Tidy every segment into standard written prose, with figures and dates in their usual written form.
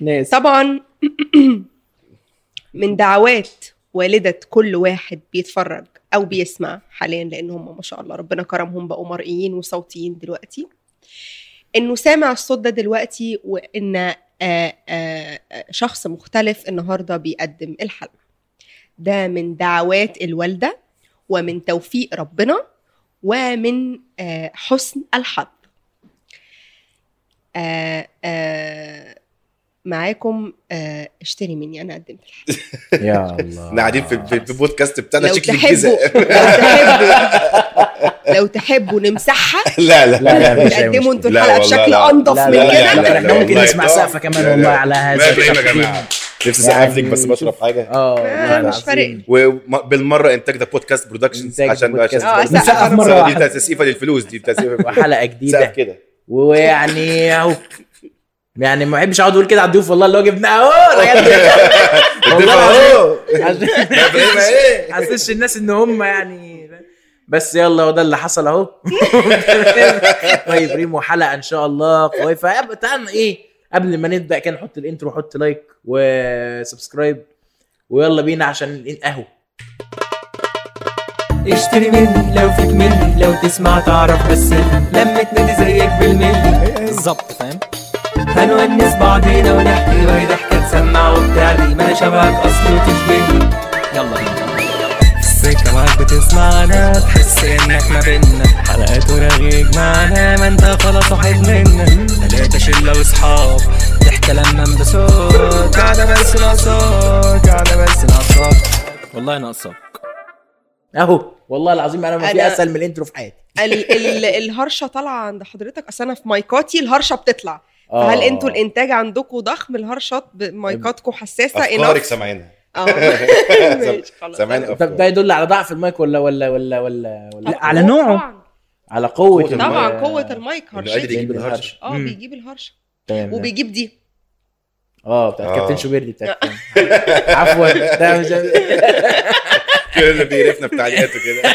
ناس. طبعا من دعوات والدة كل واحد بيتفرج أو بيسمع حاليا، لأنهم ما شاء الله ربنا كرمهم بقوا مرئيين وصوتيين دلوقتي، إنه سامع الصوت ده دلوقتي، وإن شخص مختلف النهاردة بيقدم الحلقة. ده من دعوات الوالدة ومن توفيق ربنا ومن حسن الحظ. معاكم اشتري مني، انا قدمت الحلقه. يا الله، احنا قاعدين في البودكاست بتاعنا لو شكل تحبوا لو تحبوا نمسحها. لا تقدموا انتوا الحلقه بشكل انضف من كده. احنا ممكن نسمع سقفه كمان والله على هذا. يا جماعه نفسي اسقف لك بس بشرب حاجه. مش فارق. وبالمره انتاج ده بودكاست برودكشنز عشان نسقف مره واحده. دي تسقيفه للفلوس، دي تسقيفه وحلقه جديده كده. ويعني اهو يعني ما بحبش اقعد اقول كده على الضيوف، والله اللي هو جبناه اهو والله ايه حاسس الناس ان هم يعني، بس يلا وده اللي حصل اهو. طيب ريمو، حلقه ان شاء الله قويه. فتعال ايه قبل ما نبدا كان نحط الانترو، وحط لايك وسبسكرايب ويلا بينا عشان اهو. اشتري مني لو فيك مني، لو تسمع تعرف، بس لما تنادي زيك بالملي بالظبط، فاهم؟ هنونس بعضينا ونحكي وهي ضحكة تسمع وبتعلي، ما انا شبهك اصلي وتشبهني. يلا بينا السكة معاك بتسمعنا، تحس انك ما بينا حلقات ورغيك معنا، ما انت خلاص واحد منا. تلاتة شلة واصحاب ضحكة لما بصوت، قاعدة بس ناقصاك، قاعدة بس ناقصاك، والله ناقصاك اهو. والله العظيم انا ما في اسهل من الانترو في حياتي. الهرشه طالعه عند حضرتك، اصل انا في مايكاتي الهرشه بتطلع. فهل انتوا الانتاج عندكم ضخم الهرشات بمايكاتكم حساسه؟ افكارك سامعينها. سامعين. طب ده يدل على ضعف المايك ولا على نوعه، على قوه طبعا قوه المايك. بيجيب الهرشه. بيجيب الهرشه وبيجيب دي بتاعت كابتن شوبير دي بتاعت عفوا كل بيعرفنا بتعليقاته كده.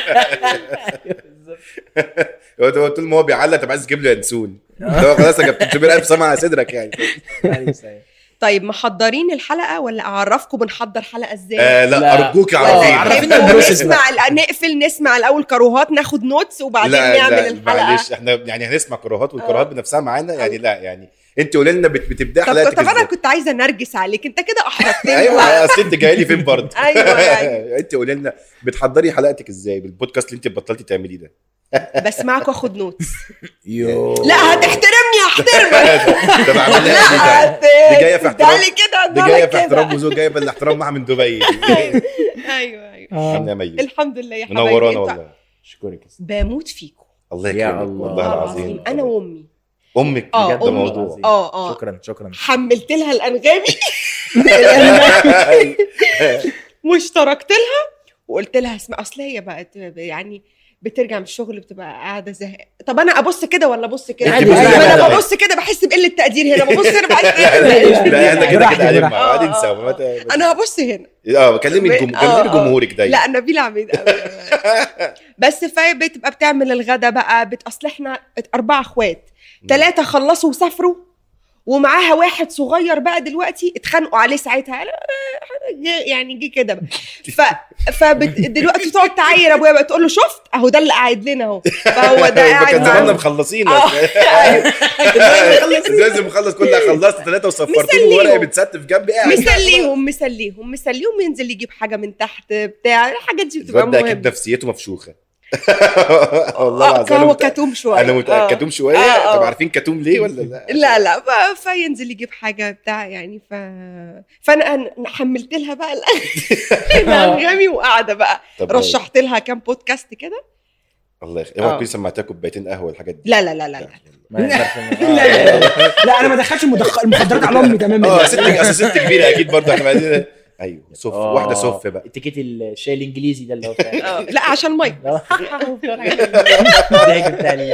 هو طول ما هو بيعلق طب عايز تجيب له ينسون، هو خلاص يا كابتن شوبير الف سمع صدرك يعني. طيب محضرين الحلقه ولا اعرفكم بنحضر حلقه ازاي؟ لا ارجوك عرفينا البروسيس. نسمع الاول كروهات، ناخد نوتس وبعدين نعمل الحلقه. معلش احنا يعني هنسمع كروهات والكروهات بنفسها معانا يعني. لا يعني انت قولي لنا بتبدا حلقتك. طب انا كنت عايزه نرجس عليك انت كده احرجتني. ايوه اصل انت جاي لي فين برضه. ايوه يعني انت قولي لنا بتحضري حلقتك ازاي بالبودكاست اللي انت بطلتي تعمليه ده؟ بسمعك واخد نوتس. لا هتحترمني هحترمك. طب اعملها دي جايه في احترام كده، دي جايه في احترام وزوج جايه بالاحترام مع من دبي. ايوه الحمد لله يا حبايبي، منورانا والله. شكرا بموت فيكم. الله يكرمك والله العظيم. انا وامي امك بجد موضوع. شكرا حملت لها الانغامي واشتركت لها وقلت لها اسمع، اصل هي بقت يعني بترجع من الشغل بتبقى قاعده زهق. طب انا ابص كده ولا ابص كده؟ انا ببص كده بحس بقله تقدير، هنا ببص هنا بحس لا احنا كده قاعدين مع بعض نسوا. انا هبص هنا. كلمي جمهورك دايما. لا نبيل عميد بس فهي بتبقى بتعمل الغدا بقى. اصل احنا 4 اخوات، 3 خلصوا وسافروا ومعاها واحد صغير بقى دلوقتي اتخانقوا عليه ساعتها يعني جه كده دلوقتي تقعد تعاير ابويا بقى تقول له شفت اهو ده اللي قاعد لنا اهو. فهو ده قاعد كان زماننا مخلصين. ازاي مخلص كلها خلصت 3 وصفرتين وورقه بتستف جنبي قاعد مسليهم ينزل يجيب حاجه من تحت بتاع الحاجات دي بتبقى مهمه. اكيد نفسيته مفشوخه والله العظيم. هو كتوم شويه. انا متاكد كتوم شويه. طب عارفين كتوم ليه ولا لا فينزل يجيب حاجه بتاع يعني فانا حملت لها بقى الانغامي وقاعده بقى رشحت لها كام بودكاست كده. الله يخليك. اوعى تكوني سمعتها كوبايتين قهوه الحاجات دي. لا انا ما دخلش المخدرات على امي تماما. ست كبيره اكيد برضه احنا. ايوه صف واحده صف بقى اتيكيت الشاي الانجليزي ده اللي هو لا عشان مايك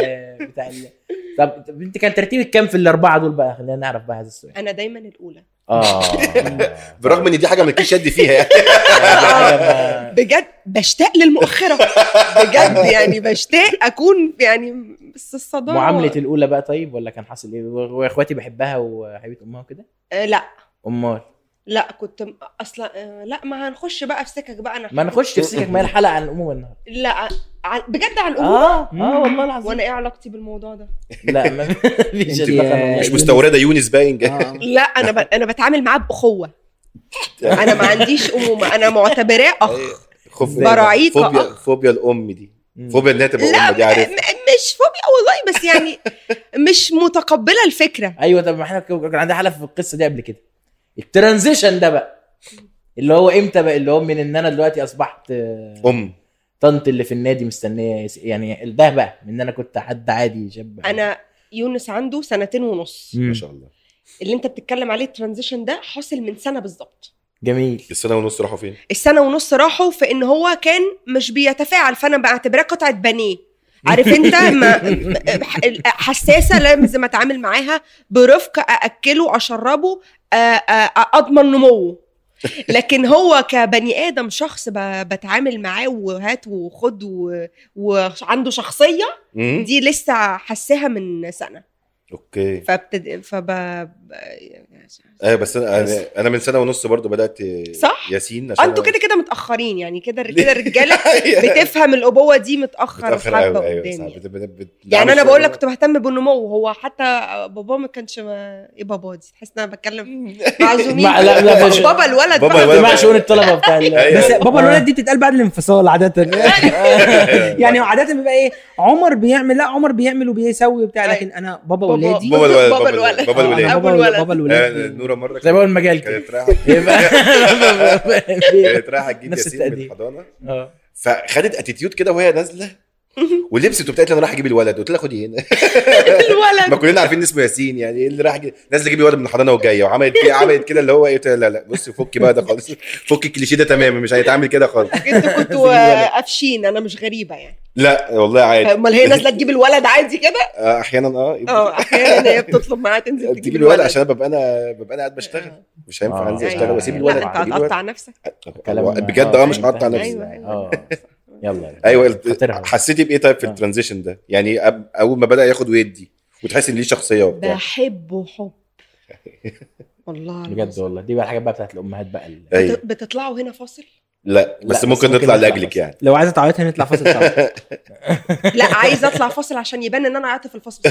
بتاع طب انت كان ترتيبك كام في ال4 دول بقى؟ خلينا نعرف بقى هذا السؤال. انا دايما الاولى. برغم ان دي حاجه مالكيش شد فيها يعني. بجد بشتاق للمؤخره بجد يعني بشتاق اكون يعني بس الصداقه. معامله الاولى بقى طيب ولا كان حاصل ايه؟ واخواتي بحبها وحبيبه امها وكده. لا امال لا كنت اصلا لا ما هنخش بقى في سكك بقى. انا ما نخش في سكك، ما هي الحلقه عن الامومه النهارده. لا بجد عن الامومه. والله العظيم. وانا ايه علاقتي بالموضوع ده؟ لا ما فيش مش مستورده يونس باين. لا انا بتعامل معاه باخوه. انا ما عنديش امومه، انا معتبراه اخ براعيه. فوبيا الام دي، فوبيا انها تبقى ام دي، عارف؟ مش فوبيا والله، بس يعني مش متقبله الفكره. ايوه. طب ما احنا كان عندنا حلقه في القصه دي قبل كده. الترانزيشن ده بقى اللي هو امتى بقى، اللي هو من ان انا دلوقتي اصبحت ام طنط اللي في النادي مستنيه يعني ده بقى من ان انا كنت حد عادي شاب. انا يونس عنده 2.5 سنين ما شاء الله. اللي انت بتتكلم عليه الترانزيشن ده حاصل من سنه بالظبط. جميل. 1.5 سنة راحوا فين؟ 1.5 سنة راحوا في ان هو كان مش بيتفاعل، فانا بعتبرها قطعه بانيه. عارف انت حساسه، لازم اتعامل معاها برفق، ااكله اشربه، اضمن نموه. لكن هو كبني ادم شخص بتعامل معاه وهات وخد وعنده شخصيه دي لسه حساها من سنه. اوكي. ايوه بس انا من 1.5 سنة برضو بدات. صح؟ ياسين انتوا كده متاخرين يعني، كده الرجاله بتفهم الابوه دي متاخر حبه قدام يعني انا بقول لك كنت بهتم بالنمو. هو حتى بابا ما كانش ايه بابا دي، تحس ان انا بتكلم معزومين. لا مش بابا الولد مع شؤون الطلبه بتاع بس بابا الولد دي بتتقال بعد الانفصال عاده. يعني عاده بيبقى ايه، عمر بيعمل، لا عمر بيعمل وبيسوي بتاع، لكن انا بابا ولادي بابا الولاد. نورة مرة زي بقول المجال كانت رايحة تجيب ياسين من الحضانة، فخدت اتيتيود كده وهي نازلة ولبست وبتاعت انا راح اجيب الولد، قلت لها خدي هنا الولد. ما كلنا عارفين اسمه ياسين يعني، ايه اللي راح نازله تجيب الولد من الحضانه وجايه وعملت كده اللي هو ايه. لا بصي فكي بقى ده خالص، فكي الكليشيه ده تماما، مش هيتعمل كده خالص. انتوا كنتوا قافشين، انا مش غريبه يعني. لا والله عادي. امال هي نازله تجيب الولد عادي كده؟ احيانا احيانا هي بتطلب معاها تنزل تجيب الولد عشان ببقى انا قاعد بشتغل، مش هينفع انزل اشتغل واسيب الولد. انت هتقطع نفسك بجد. مش هقطع نفسي. يلا. ايوه. حسيتي بايه طيب في الترانزيشن ده يعني، اول ما بدا ياخد ويدي وتحس ان ليه شخصيه وبتاع؟ بحبه حب والله بجد والله. دي بقى الحاجات بقى بتاعت الامهات بقى بتطلعوا هنا فاصل؟ لا بس ممكن نطلع لاجلك يعني. لو عايزه تعيطي نطلع فاصل. لا عايزه اطلع فاصل عشان يبان ان انا عيطت في الفاصل.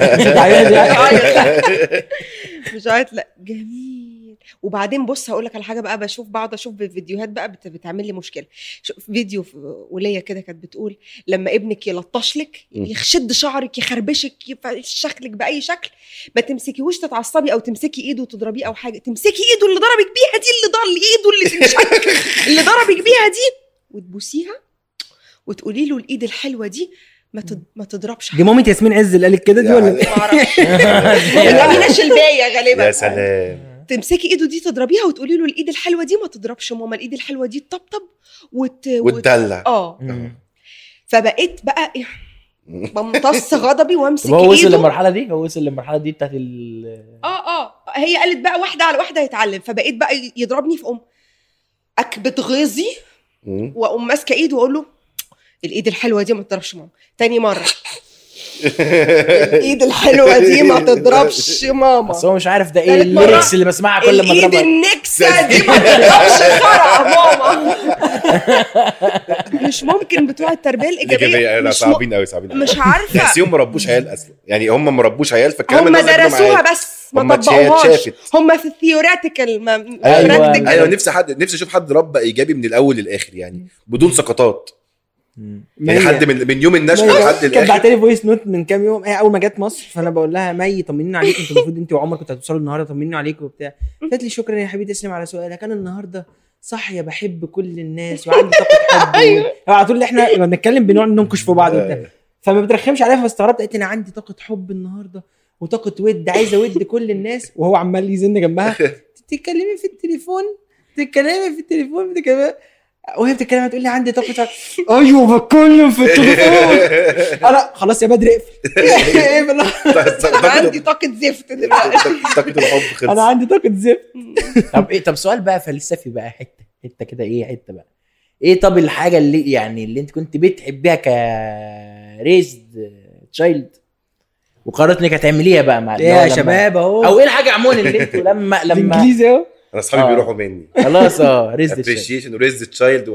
مش عيط. لا جميل. وبعدين بص هقول لك على حاجه بقى، بقعد اشوف فيديوهات بقى بتعمل لي مشكله. شوف فيديو وليه كده كانت بتقول لما ابنك يلطش لك، يشد شعرك، يخربشك، يشكلك باي شكل، ما تمسكيهوش تتعصبي او تمسكي ايده وتضربيه او حاجه، تمسكي ايده اللي ضربك بيها دي، اللي ضل ايده اللي ضربك بيها دي، وتبوسيها وتقولي له الايد الحلوه دي ما تضربش. دي مامة ياسمين عز اللي قالت كده دي ولا ما اعرفش؟ امينه شلبايه غالبا. يا سلام. تمسكي ايده دي تضربيها وتقولي له الايد الحلوه دي ما تضربش ماما، الايد الحلوه دي تطبطب وتدلع. فبقيت بقى بمتص غضبي وامسك ايده. هو وصل للمرحله دي بتاعت هي قالت بقى واحده على واحده يتعلم. فبقيت بقى يضربني في اكبت غيظي واقوم ماسكه ايده واقول له الايد الحلوه دي ما تضربش ماما. تاني مره الايد الحلوه دي ما تضربش ماما. بس هو مش عارف ده ايه الليركس اللي بسمعها كل ما اضربها. الايد النكسه دي ما تضربش خرا ماما. مش ممكن بتوع التربيه الايجابيه. لا صعبين قوي مش عارفه. تحسيهم ما ربوش عيال اصلا يعني، هم ما ربوش عيال، فالكلام هم درسوها بس ما طبقوهاش. هم في الثيوريتيكال. ايوه نفسي اشوف حد ربى ايجابي من الاول للاخر يعني، بدون سقطات يعني. حد من يوم النشأة لحد الاخر. كانت بعتلي فويس نوت من كام يوم، هي اول ما جت مصر، فانا بقول لها مي طمنينا عليكم، انتوا المفروض انت وعمر كنتوا هتوصلوا النهارده، طمنينا عليكم وبتاع. قالت لي شكرا يا حبيبتي، تسلم على سؤالك، انا النهارده صح يا بحب كل الناس وعندي طاقه حب. على طول احنا لما بنتكلم بنقعد ننكش في بعض وبتاع، فما بترخمش عليها. فاستغربت، قالت انا عندي طاقه حب النهارده وطاقه ود، عايزه ود كل الناس، وهو عمال يزن جنبها. تتكلمي في التليفون وهي بتتكلم تقول لي عندي طاقه ايوه بتكلم في التليفون انا خلاص يا بدر اقفل ايه بالله انا عندي طاقه زفت دلوقتي. طاقة الحب خلص. انا عندي طاقه زفت. طب سؤال بقى فلسفي بقى، حته كده، ايه حته بقى، ايه طب الحاجه اللي يعني اللي انت كنت بتحبيها كريزد تشايلد وقررت انك هتعمليها بقى مع يا شباب اهو، او ايه الحاجه عموما اللي انتوا لما الانجليزي اهو انا اصحابي بيروحوا مني خلاص ريزد تشايلد، ابريشيشن وريزد تشايلد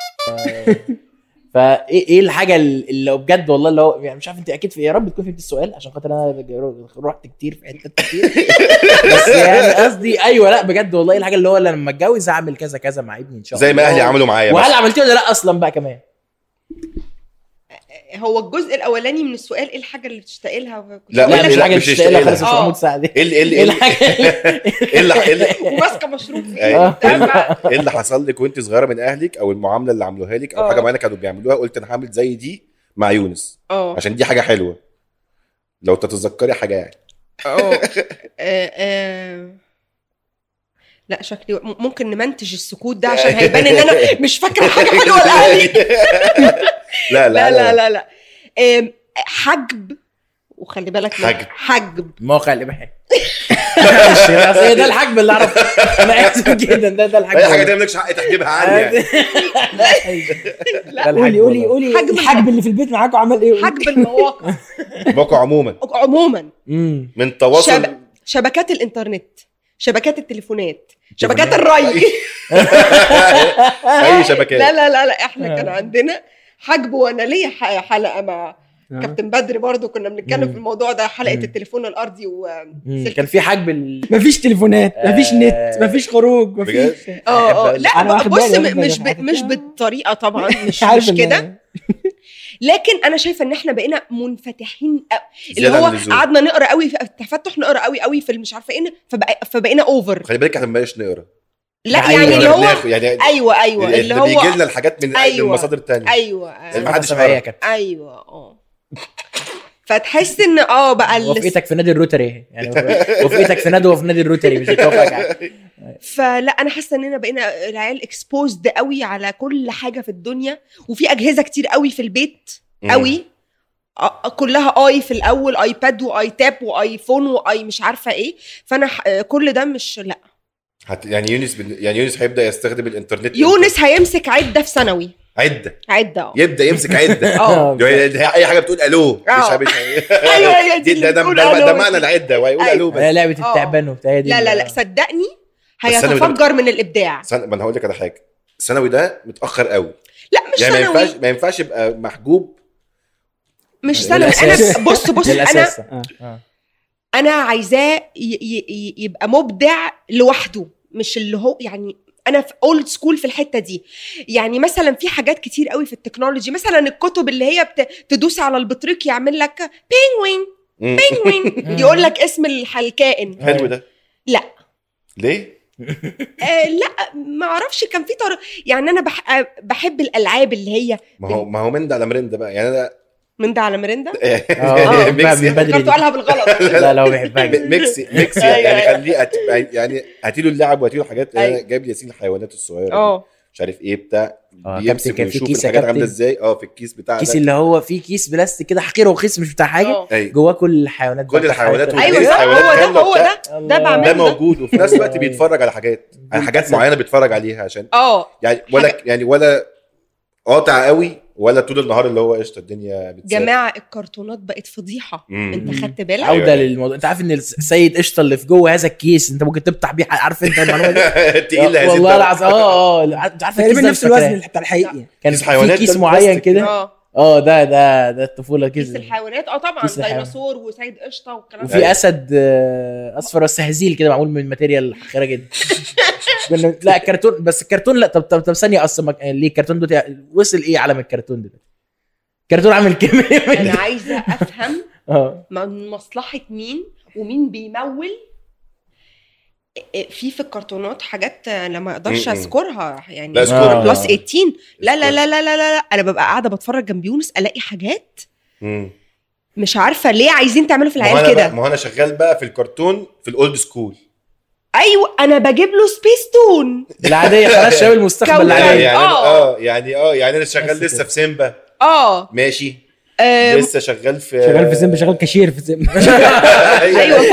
فايه ايه اللي بجد والله اللي هو يعني مش عارف انت اكيد يا رب تكون فهمت السؤال عشان خاطر انا رحت كتير في حتت كتير بس يعني قصدي ايوه لا بجد والله ايه الحاجه اللي هو لما اتجوز اعمل كذا كذا مع ابني ان شاء الله زي ما اهلي عملوا معايا. وهل عملتيه ولا لا اصلا بقى كمان؟ هو الجزء الاولاني من السؤال ايه الحاجه اللي بتشتاقي لها؟ لا مش حاجه مش تشتغلها خالص مش آه. محمود سعد ايه اللي وماسكه مشروب ايه اللي حصل لك وانت صغيره من اهلك او المعامله اللي عملوها لك او حاجه معينه كانوا بيعملوها قلت انا هعمل زي دي مع يونس عشان دي حاجه حلوه لو تتذكري حاجه يعني؟ لا شكلي ممكن نمنتج السكوت ده عشان هيبان ان انا مش فاكره حاجه حلوه لاهلي. لا لا لا لا لا حجب، وخلي بالك حجب موقع الاباحه ده الحجب اللي اعرفه انا اسف جدا ده الحجب اي حاجه مالكش حق تحجبها عني يعني. لا قولي الحجب اللي في البيت معاكم عمل ايه؟ حجب المواقع موقع عموما من تواصل شبكات الانترنت، شبكات التليفونات، شبكات الري اي شبكات. لا لا لا لا احنا كان عندنا حجب، وانا ليا حلقه مع كابتن بدر برضو كنا بنتكلم في الموضوع ده، حلقه التليفون الارضي كان في حجب مفيش تليفونات، مفيش نت، مفيش خروج، مفيش لا بص مش بالطريقه طبعا مش كده لكن انا شايفه ان احنا بقينا منفتحين اللي هو قعدنا نقرا قوي في التفتح، نقرا قوي في مش عارفه ايه، فبقينا اوفر. خلي بالك احنا ما بقاش نقرا، لا يعني اللي هو يعني ايوه اللي هو بيجي لنا الحاجات من المصادر الثانيه. ايوه ما حدش قرا. ايوه فتحس ان بقى وفقتك في نادي الروتري يعني وفقتك في نادي وفي نادي الروتري مش هتوقعك. فلا انا حاسه اننا بقينا العيال اكسبوزد قوي على كل حاجه في الدنيا، وفي اجهزه كتير قوي في البيت قوي كلها في الاول ايباد وايتاب وايفون واي مش عارفه ايه، فانا كل ده مش لا يعني يونس هيبدا يستخدم الانترنت. يونس هيمسك عده في ثانوي، عده يبدا يمسك عده اي حاجه بتقول الو مش ايوه ده معنى العده وهيقول الو بس لعبه التعبان وبتاع دي. لا صدقني هيتفجر من الابداع. ما انا هقول لك على حاجه، الثانوي ده متاخر قوي. لا مش يعني ثانوي، ما ينفعش يبقى محجوب، مش ثانوي. انا بص انا عايزاه يبقى مبدع لوحده، مش اللي هو يعني انا في اولد سكول في الحته دي. يعني مثلا في حاجات كتير قوي في التكنولوجي، مثلا الكتب اللي هي تدوس على البطريق يعمل لك بينجوين يقول لك اسم الكائن. حلو ده. لا ليه؟ لا ما اعرفش، كان في يعني انا بحب الالعاب اللي هي ما هو من ده على مرنده بقى، يعني انا من ده على مرنده فكرت قالها بالغلط. لا هو بيحبها ميكس يعني خليه يعني هاتيله اللعب وهاتيله حاجات. انا جايب ياسين الحيوانات الصغيره مش عارف ايه بتاع بيمسك ويشوف الحاجات عامله ازاي. في الكيس بتاع الكيس اللي هو فيه كيس بلاستيك كده حقير ورخيص مش بتاع حاجه، جواه كل الحيوانات ايوه هو ده بعمل ده موجود، وفي نفس الوقت بيتفرج على حاجات معينه بيتفرج عليها عشان يعني ولا قاطع قوي ولا طول النهار اللي هو قشطه الدنيا بتسافر. جماعه الكرتونات بقت فضيحه. انت خدت بالك؟ عوده للموضوع. انت عارف ان السيد قشطه اللي في جوه هذا الكيس انت ممكن تفتح بيه، عارف انت المعلومه دي؟ تقيله والله العظيم. انت عارف تقريبا نفس الوزن بتاع الحقيقي. كان في كيس معين كده ده الطفوله كيس الحيوانات. طبعا ديناصور وسيد قشطه والكلام ده، وفي اسد اصفر بس هزيل كده معمول من ماتيريال حقيره جدا. لا كرتون، بس الكرتون لا. طب ثانيه اصلا ليه الكرتون ده وصل ايه عالم الكرتون ده؟ الكرتون عامل كام؟ انا عايزه افهم من مصلحه مين ومين بيمول في الكرتونات حاجات انا ما اقدرش اذكرها يعني. بلس 18. لا انا ببقى قاعده بتفرج جنب يونس الاقي حاجات مش عارفه ليه عايزين تعملوا في العيال كده. ما انا شغال بقى في الكرتون في الاولد سكول. ايوه انا بجيب له سبيس تون العاديه خلاص شباب المستقبل كوكب. العاديه. يعني انا شغال لسه في سيمبا ماشي لسه شغال في سيمبا شغال كاشير في سيمبا ايوه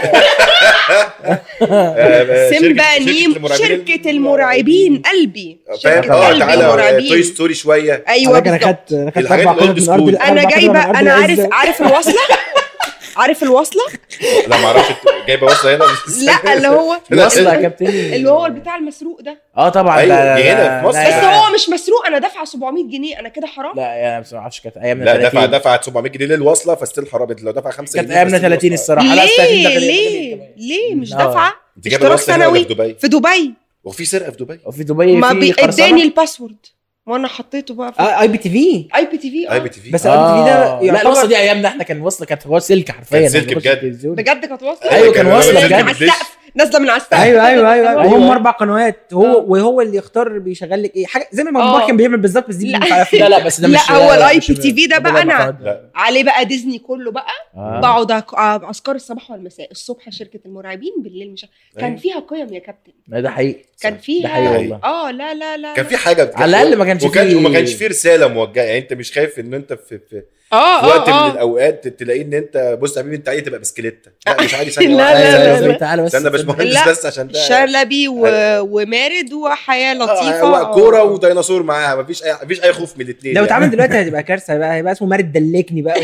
سيمبا نيم شركه المرعبين قلبي شركه قلبي المرعبين توي ستوري شويه ايوه انا خدت 4 قطط من ارض انا جايبه انا عارف الوصله عارف الوصله لا ما اعرفش جايبه وصله هنا لا اللي هو الوصله يا كابتن اللي هو البتاع المسروق ده طبعا أيوة هنا في مصر بس هو مش مسروق انا دافعه 700 جنيه انا كده حرام لا يعني بس ما اعرفش كانت ايامنا لا دفع 700 جنيه للوصله فستيل حرام لو دفع 5 كانت ايامنا 30 الصراحه ليه مش دافعه اشتراك سنوي في دبي وفي سرقه في دبي وفي دبي ما بيداني الباسورد وانا حطيته بقى في اي بي تي في بس بس اي بي تي في ده لا الوصله دي ايامنا احنا كان وصله كانت هو سلك حرفيا سلك بجد كانت وصله ايوه كان وصله بجد على السقف نازله من على السقف ايوه وهم 4 قنوات وهو اللي يختار بيشغل لك ايه حاجه زي ما بابا كان بيعمل بالظبط بس دي لا بس ده مش لا هو الاي بي تي في ده بقى انا عليه بقى ديزني كله بقى بقعد اذكار الصباح والمساء الصبح شركه المرعبين بالليل مش كان فيها قيم يا كابتن ده حقيقي كان فيها ده حقيقي والله لا كان في حاجه على الاقل ما كانش فيه وما كانش فيه رساله موجهه يعني انت مش خايف ان انت في وقت من الاوقات تلاقي ان انت بص يا حبيبي انت عايز تبقى بسكليته لا مش عادي لا تعالى بس استنى باشمهندس بس عشان ده شلبي ومارد وحياه لطيفه كوره وديناصور معاها مفيش اي خوف من الاثنين لو اتعمل دلوقتي هتبقى كارثه بقى هيبقى اسمه مارد دلكني بقى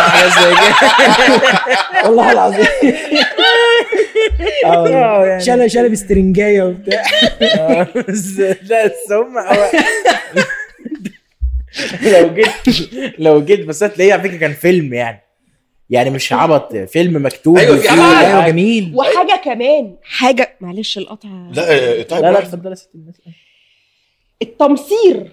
والله العظيم شلبي استرنجايه وبتاع لا هم لو جيت بس هتلاقيه على فكره كان فيلم يعني مش عبط فيلم مكتوب ايوه جميل وحاجه كمان حاجه معلش القطع لا طيب لا اتفضل يا ست الناس التمصير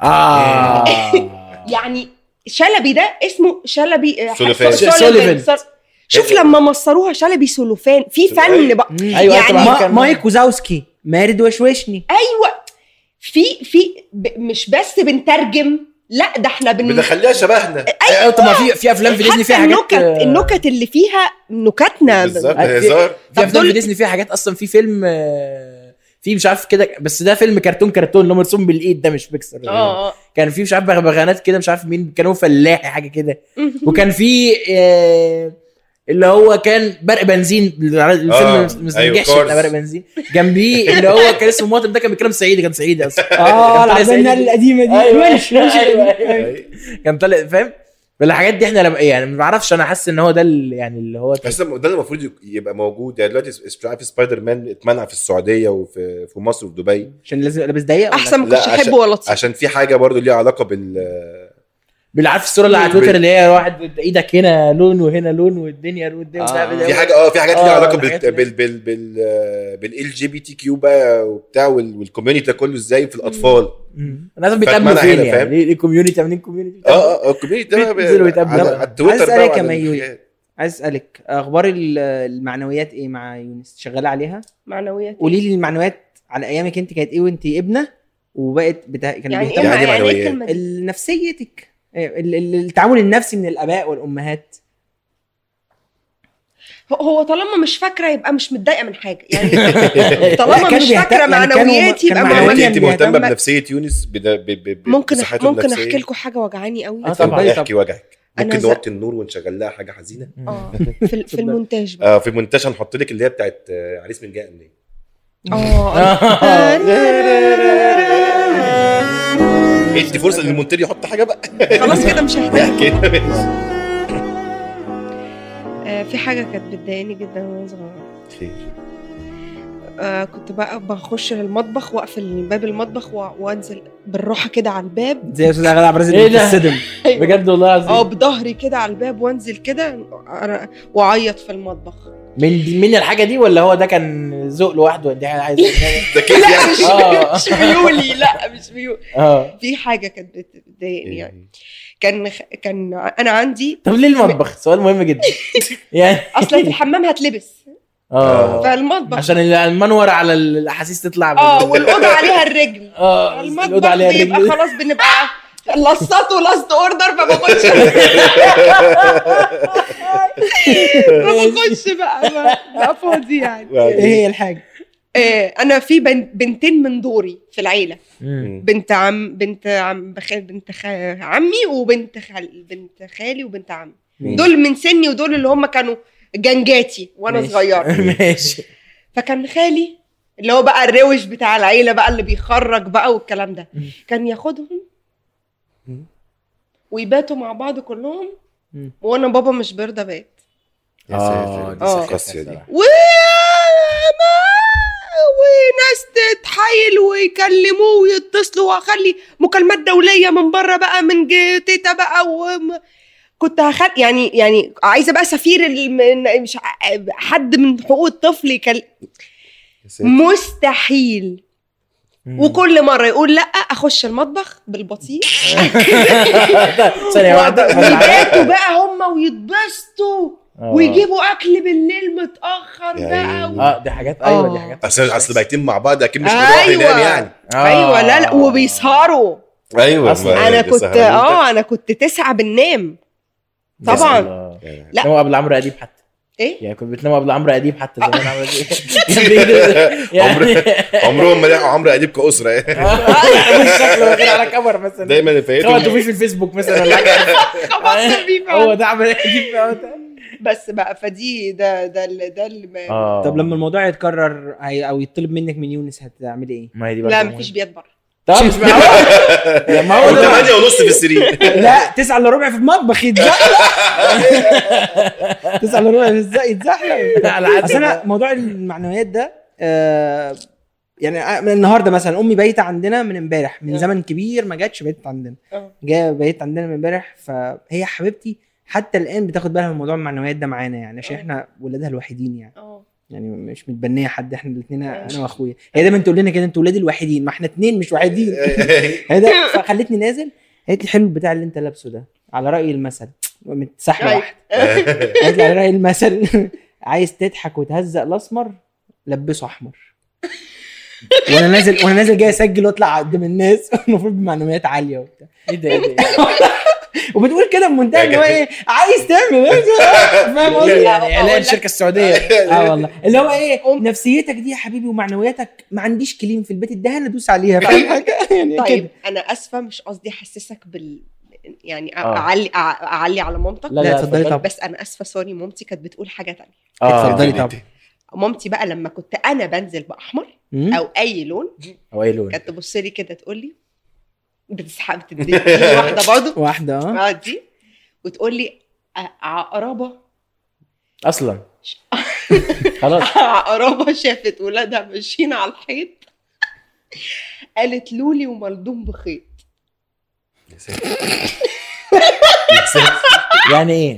يعني شلبي ده اسمه شلبي سوليفان شوف لما مصروها شلبي سولوفان في فن بقى يعني مايك وزاوسكي مارد وشوشني ايوه في مش بس بنترجم لا ده احنا بنخليها شبهنا ايوه طب ما في افلام في ديزني فيها حاجات النكت اللي فيها نكتنا بالظبط هزار في افلام في ديزني فيها حاجات اصلا في فيلم في مش عارف كده بس ده فيلم كرتون اللي مرسوم بالايد ده مش بيكسر كان في مش عارف بغبغانات كده مش عارف مين كانوا فلاحي حاجه كده وكان في اللي هو كان برق بنزين الفيلم مزنجحش برق بنزين جنبيه اللي هو كان اسمه مواطن ده كان بيتكلم صعيدي كان صعيدي اصلا العزمه القديمه دي ماشي كان طالع فاهم بالحاجات دي احنا يعني ما اعرفش انا حاسس ان هو ده اللي هو بس ده المفروض يبقى موجود يعني دلوقتي سبايدر مان اتمنع في السعوديه وفي مصر وفي دبي عشان لازم لابس ضيق احسن ما كنتش احبه ولا عشان في حاجه برضو ليها علاقه بالعارف الصوره اللي على تويتر اللي هي واحد ايدك هنا لون وهنا لون والدنيا في حاجه في حاجات ليها علاقه بالال جي بي تي كيو بقى وبتاع والكوميونتي كله ازاي في الاطفال الناس بيتقابلوا فين يعني ليه كوميونتي عاملين كوميونتي الكوميونتي ده على التويتر بقى عايز اسالك اخبار المعنويات ايه مع يونس شغاله عليها معنويات قولي لي المعنويات على ايامك انت كانت ايه وانت ابنه وبقت كان بيهتم يعني نفسيتك التعامل النفسي من الاباء والامهات هو طالما مش فاكره يبقى مش متضايقه من حاجه يعني طالما مش فاكره معنوياتي يبقى انت مهتمه بنفسيه يونس ممكن احكي لكم حاجه وجعاني قوي طبعا احكي وجعك ممكن نوطي النور ونشغل لها حاجه حزينه في المونتاج بقى في المونتاج هنحط لك اللي هي بتاعت عريس من جاء منين ادي فرصه للمونتاج يحط حاجه بقى خلاص كده مش هحتاج كده في حاجه كانت بتضايقني جدا وانا صغيره خير كنت بقى بخش للمطبخ واقفل باب المطبخ وانزل بالراحه كده على الباب زي استاذ غلا عبد الرازق في السدم بجد والله العظيم بظهري كده على الباب وانزل كده واعيط في المطبخ من الحاجه دي ولا هو ده كان ذوق لوحده دي عايز ده كده مش ميولي لا مش ميولي في حاجه كانت بتضايقني يعني كان انا عندي طب ليه المطبخ سؤال مهم جدا يعني اصلا في الحمام هتلبس فالمطبخ عشان المنور على الاحاسيس تطلع والاوضه عليها الرجل المطبخ بيبقى خلاص بنبقى لصته لاست اوردر فما باخدش بقى فاضي يعني ايه هي الحاجه انا في بنتين من دوري في العيله، بنت عمي وبنت خالي وبنت عمي. دول من سني ودول اللي هم كانوا جنجاتي وانا صغيره. ماشي. فكان خالي اللي هو بقى الروش بتاع العيله بقى اللي بيخرج بقى والكلام ده، كان ياخدهم ويباتوا مع بعض كلهم، وانا بابا مش بيرضى بات. يا ساتر، قاسيه دي. وناس تتحايل ويكلموه ويتصلوا، واخلي مكالمات دوليه من بره بقى من تيتا بقى، كنت يعني عايزه بقى سفير مش حد من حقوق الطفل مستحيل. وكل مره يقول لا، اخش المطبخ بالبطيء ثانيه واحده، ويباتوا بقى هم ويتبسطوا ويجيبوا اكل بالليل متاخر بقى دي حاجات. ايوه دي حاجات اصل بايتين مع بعض اكيد مش بيروح ينام يعني. ايوه لا وبيسهروا. ايوه انا كنت 9 بننام طبعا. لا هو قبل عمرو اديب حتى يعني كنت بتنام قبل عمرو اديب حتى زمان. عمرو اديب عمرهم ما لقوا عمرو اديب كاسره مش شكله غير على كبر مثلا دايما فايته في الفيسبوك مثلا ولا حاجه. هو ده عمرو اديب بس بقى. فدي ده اللي طب لما الموضوع يتكرر او يطلب منك من يونس هتعملي ايه؟ ما هي دي لا مفيش بيت بره. طب مش معقول. ما هو 8:30 في السرير. لا 9:15 في المطبخ يتزحلق. 9:15 في يتزحلق. اصل انا موضوع المعنويات ده يعني من النهارده مثلا امي بايته عندنا من امبارح، من زمن كبير ما جاتش بايته عندنا، جايه بايت عندنا من امبارح. فهي حبيبتي حتى الان بتاخد بالها من موضوع المعنويات ده معانا يعني، عشان احنا ولادها الوحيدين يعني مش متبنيه حد، احنا الاثنين انا واخويا. هي دايما تقول لنا كده انتوا ولادي الوحيدين، ما احنا 2 مش وحيدين. هذا فخلتني نازل، قالت لي حلو البتاع اللي انت لابسه ده على راي المثل، متسحله واحده. قالت لي على راي المثل عايز تضحك وتهزق الاسمر لبسه احمر. وانا نازل جاي اسجل واطلع قدام الناس المفروض بمعنويات عاليه وبتاع. ايه ده وبتقول كده بمنتهى اللي هو ايه عايز تعمل ايه، فاهم قصدي؟ يعني اعلان الشركه السعوديه. والله اللي هو ايه نفسيتك دي يا حبيبي ومعنوياتك ما عنديش كليم في البيت، ادهنا ادوس عليها، فاهم حاجه يعني. طيب كده انا اسفه مش قصدي احسسك يعني اعلي على مامتك. لا اتفضلي طبعا. بس انا اسفه سوري، مامتي كانت بتقول حاجه تانية. اتفضلي طبعا. مامتي بقى لما كنت انا بنزل باحمر او اي لون كانت تبص لي كده تقول لي بتسحب تدي واحده برضه واحده دي وتقول لي عقربه اصلا خلاص. عقربه شافت ولادها ماشيين على الحيط قالت لولي وملدوم بخيط. يعني ايه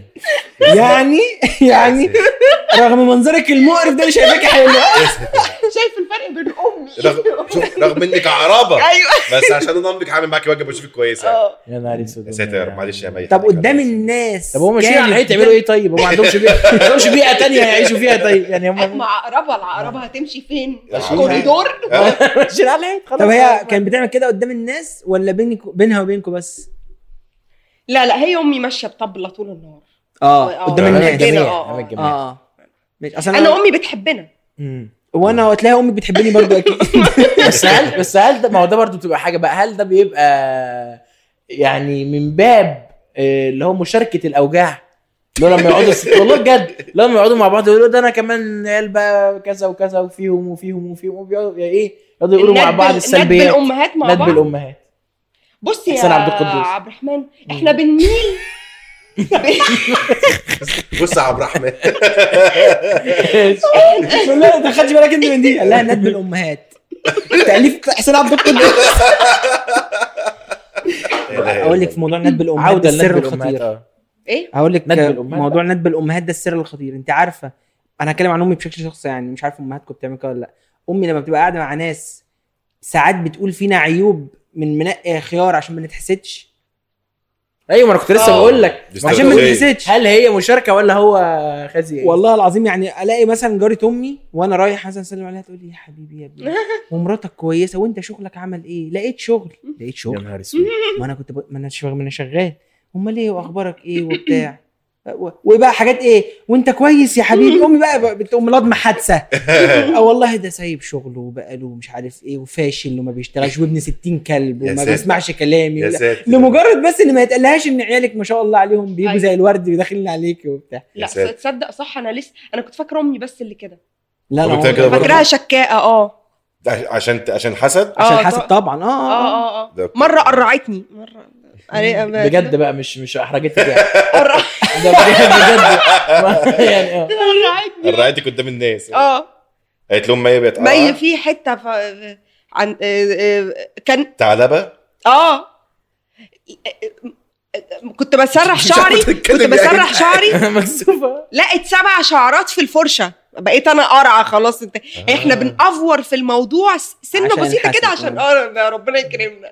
يعني رغم منظرك المقرف ده اللي شايفاكي حلوه، شايف الفرق بين امي رغم انك عرابه. ايوه بس عشان انا امك عامل معاكي واجب واشوفك كويسه. يا نهار اسود يا ساتر معلش يا مي. طب قدام الناس طب هم ماشيين على الحيط يعملوا ايه؟ طيب هم ما عندهمش بيئه تانية يعيشوا فيها. طيب يعني هم مع العقربه هتمشي فين؟ كوريدور ماشيين على الحيط خلاص. طب هي كانت بتعمل كده قدام الناس ولا بينها وبينكم بس؟ لا هي امي ماشيه بطبله طول النهار قدام الناس. انا امي بتحبنا وانا هتلاقي امي بتحبني برضو اكيد. بس هل ده، ما هو ده برضو بتبقى حاجه بقى، هل ده بيبقى يعني من باب اللي هو مشاركه الاوجاع، لو لما يقعدوا والله بجد لما يقعدوا مع بعض يقولوا ده انا كمان عيال بقى كذا وكذا وفيهم وبيقعدوا ايه يقعدوا يقولوا مع بعض السلبيات. ندب الامهات مع بعض. ندب الامهات. بص يا عبد الرحمن احنا بنميل. بص يا عبد الرحمن لا ما خدش بالك انت من دي. قال لها ندب الامهات تاليف حسين عبد القدوس. اقول لك في موضوع ندب الامهات ده السر الخطير. ايه هقول لك موضوع ندب الامهات ده السر الخطير. انت عارفه انا هتكلم عن امي بشكل شخصي يعني، مش عارف امهاتكم بتعمل كده ولا لا. امي لما بتبقى قاعده مع ناس ساعات بتقول فينا عيوب من منقي خيار عشان ما نتحسدش. ايوه ما انا كنت لسه بقول لك عشان ما نتحسدش. هل هي مشاركه ولا هو خزي؟ والله العظيم يعني الاقي مثلا جاره امي وانا رايح مثلا اسلم عليها تقول لي يا حبيبي يا ابني ومراتك كويسه وانت شغلك عمل ايه؟ لقيت شغل يا نهار اسود. ما انا كنت ما انا شغال. امال ايه واخبارك ايه وبتاع؟ وبقى حاجات ايه وانت كويس يا حبيبي. امي بقى بتقوم لضمه حادثه والله ده سايب شغله وبقى له مش عارف ايه وفاشل وما بيشتغلش وابن 60 كلب وما بيسمعش كلامي لمجرد بس ان ما يتقالهاش ان عيالك ما شاء الله عليهم بيجوا زي الورد وداخلين عليكي وبتاع. لا تصدق صح انا كنت فاكره امي بس اللي كده. لا فاكراها شكاءه عشان حسد طبعا مره قرعتني بجد بقى مش احرجتك يعني ده بجد يعني قرعتك قدام الناس قالت لهم مي في حته عن كان ثعلبه كنت بسرح شعري مكسوفه لقيت 7 شعرات في الفرشه بقيت انا قرعه خلاص. احنا بنأفور في الموضوع سنه بسيطه كده عشان ربنا يكرمنا.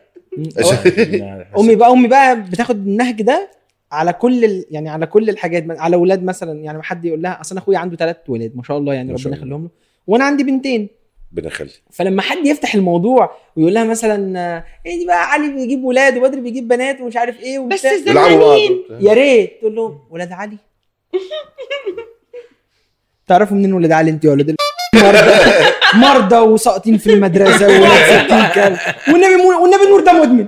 امي بقى بتاخد النهج ده على كل يعني على كل الحاجات. على اولاد مثلا يعني حد يقول لها اصل انا اخويا عنده 3 ولاد ما شاء الله يعني ربنا يخليهم له وانا عندي بنتين بنخلي. فلما حد يفتح الموضوع ويقول لها مثلا ايه دي بقى علي بيجيب ولاد وبدر بيجيب بنات ومش عارف ايه بس زمانين يا ريت تقول لهم ولاد علي تعرفوا منين ولاد علي انت يا ولاد مرضى وساقطين في المدرسه وولاد 60 كلب والنبي نور ده مدمن